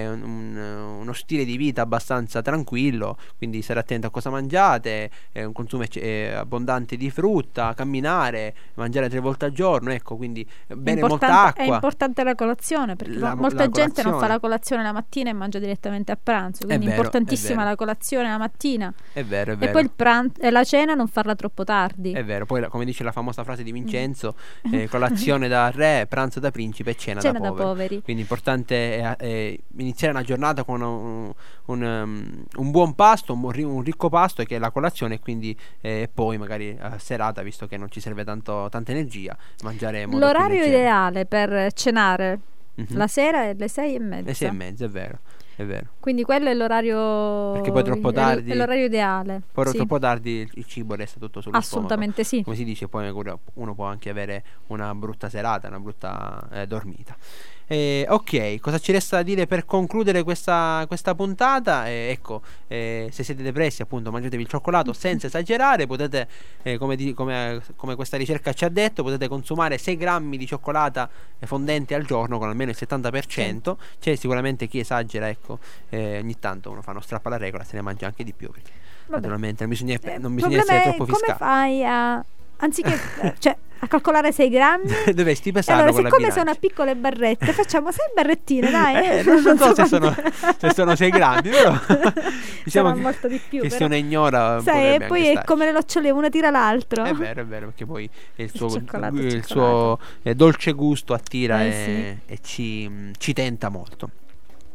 uno stile di vita abbastanza tranquillo, quindi sarà attento a cosa mangiate, un consumo abbondante di frutta, camminare, mangiare 3 volte al giorno, ecco, quindi bere molta acqua. È importante la colazione, perché molta gente non fa la colazione la mattina e mangia direttamente a pranzo, quindi è importantissima la colazione la mattina. È vero, è e vero. poi la cena non farla troppo tardi. È vero, poi come dice la famosa frase di Vincenzo, colazione da re, pranzo da principe e cena da poveri. Quindi importante è iniziare una giornata con un buon pasto, un ricco pasto, che è la colazione, e quindi poi magari a serata, visto che non ci serve tanta energia, mangiare molto. L'orario ideale per cenare la sera è le 6:30. Le 6:30, è vero. È vero. Quindi quello è l'orario, perché poi troppo tardi è l'orario ideale. Poi troppo tardi il cibo resta tutto sullo assolutamente stomaco. Sì. Come si dice, poi uno può anche avere una brutta serata, una brutta dormita. Ok, cosa ci resta da dire per concludere questa puntata? Ecco, se siete depressi, appunto, mangiatevi il cioccolato senza esagerare. Potete, come questa ricerca ci ha detto, potete consumare 6 grammi di cioccolata fondente al giorno con almeno il 70%. C'è sicuramente chi esagera, ecco, ogni tanto uno fa uno strappo alla regola, se ne mangia anche di più, perché naturalmente non bisogna essere troppo fiscali. Come fai a, anziché cioè, a calcolare 6 grammi, dovresti pesarlo, allora, con la siccome bilancia. sono a piccole barrette, facciamo 6 barrettine, dai. Non so se sono 6 grammi, però diciamo molto di più, che però. se uno ignora, sai, e poi è come le nocciole, una tira l'altro. È vero, perché poi il suo dolce gusto attira e ci tenta molto.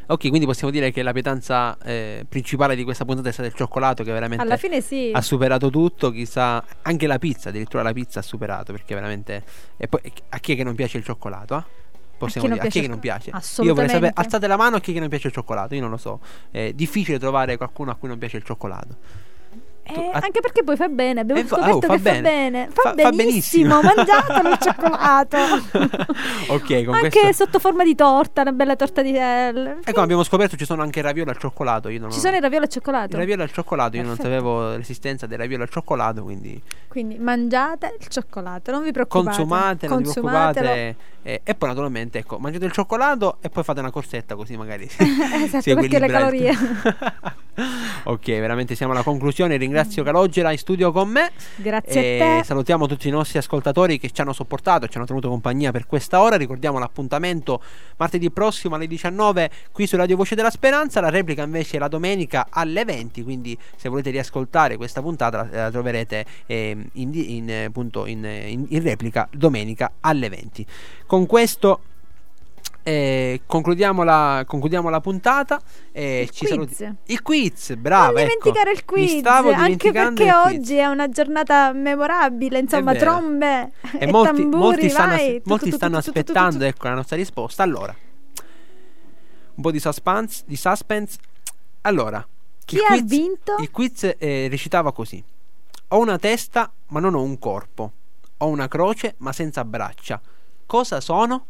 Ok, quindi possiamo dire che la pietanza principale di questa puntata è stata il cioccolato, che veramente Alla fine sì. ha superato tutto. Chissà, anche la pizza, addirittura la pizza ha superato, perché veramente. E poi a chi è che non piace il cioccolato? Possiamo dire, a chi è che non piace? Io vorrei sapere, alzate la mano a chi è che non piace il cioccolato. Io non lo so, è difficile trovare qualcuno a cui non piace il cioccolato. Anche perché poi fa bene, abbiamo scoperto che fa bene. Fa benissimo. benissimo, mangiatelo il cioccolato. Ok, con anche questo... sotto forma di torta, una bella torta di Ecco, abbiamo scoperto ci sono anche i ravioli al cioccolato. Io non Ci sono i ravioli al cioccolato? I ravioli al cioccolato, io non Perfetto. sapevo l'esistenza dei ravioli al cioccolato, quindi mangiate il cioccolato, non vi preoccupate. Consumate, non vi preoccupate. E poi naturalmente, ecco, mangiate il cioccolato e poi fate una corsetta, così magari esatto, perché le calorie. Ok, veramente siamo alla conclusione. Ringrazio Calogera in studio con me. Grazie a te. Salutiamo tutti i nostri ascoltatori che ci hanno sopportato, ci hanno tenuto compagnia per questa ora. Ricordiamo l'appuntamento martedì prossimo alle 19 qui su Radio Voce della Speranza. La replica invece la domenica alle 20. Quindi se volete riascoltare questa puntata la troverete in replica domenica alle 20. Con questo concludiamo la puntata. Il quiz, brava. Non dimenticare il quiz, mi stavo anche dimenticando perché il quiz. oggi è una giornata memorabile. Insomma, È vero. trombe e molti tamburi, molti stanno aspettando, ecco, la nostra risposta. Allora, un po' di suspense. Allora, chi ha vinto? Il quiz recitava così: ho una testa ma non ho un corpo, ho una croce ma senza braccia. Cosa sono?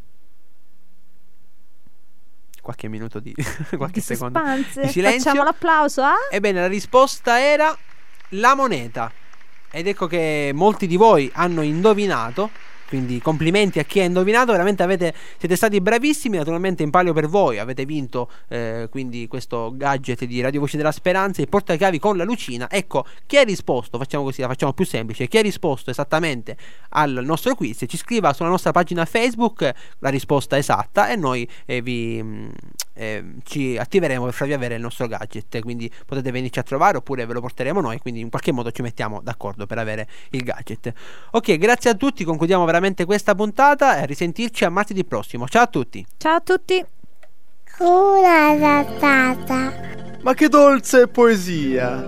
Qualche minuto di qualche secondo di silenzio. Facciamo l'applauso. Ebbene, la risposta era la moneta. Ed ecco che molti di voi hanno indovinato. Quindi complimenti a chi ha indovinato. Veramente siete stati bravissimi. Naturalmente in palio per voi. Avete vinto quindi questo gadget di Radio Voce della Speranza, il portachiavi con la lucina. Ecco, chi ha risposto, facciamo così, la facciamo più semplice. Chi ha risposto esattamente al nostro quiz ci scriva sulla nostra pagina Facebook la risposta esatta, e noi ci attiveremo per farvi avere il nostro gadget. Quindi potete venirci a trovare, oppure ve lo porteremo noi. Quindi in qualche modo ci mettiamo d'accordo per avere il gadget. Ok, grazie a tutti. Concludiamo veramente questa puntata e a risentirci a martedì prossimo. Ciao a tutti. Ciao a tutti. Una Matata. Ma che dolce poesia!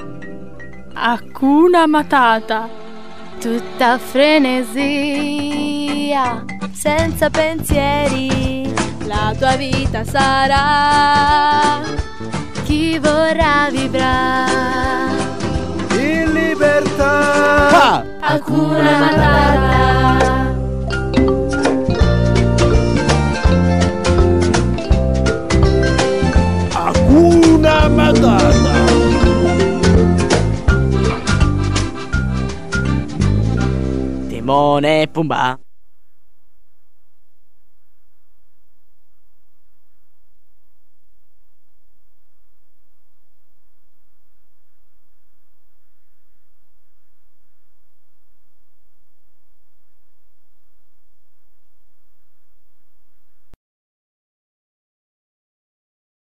Hakuna Matata, tutta frenesia, senza pensieri, la tua vita sarà. Chi vorrà vivrà In libertà! Hakuna Matata. Hakuna Matata! Timone e Pumba.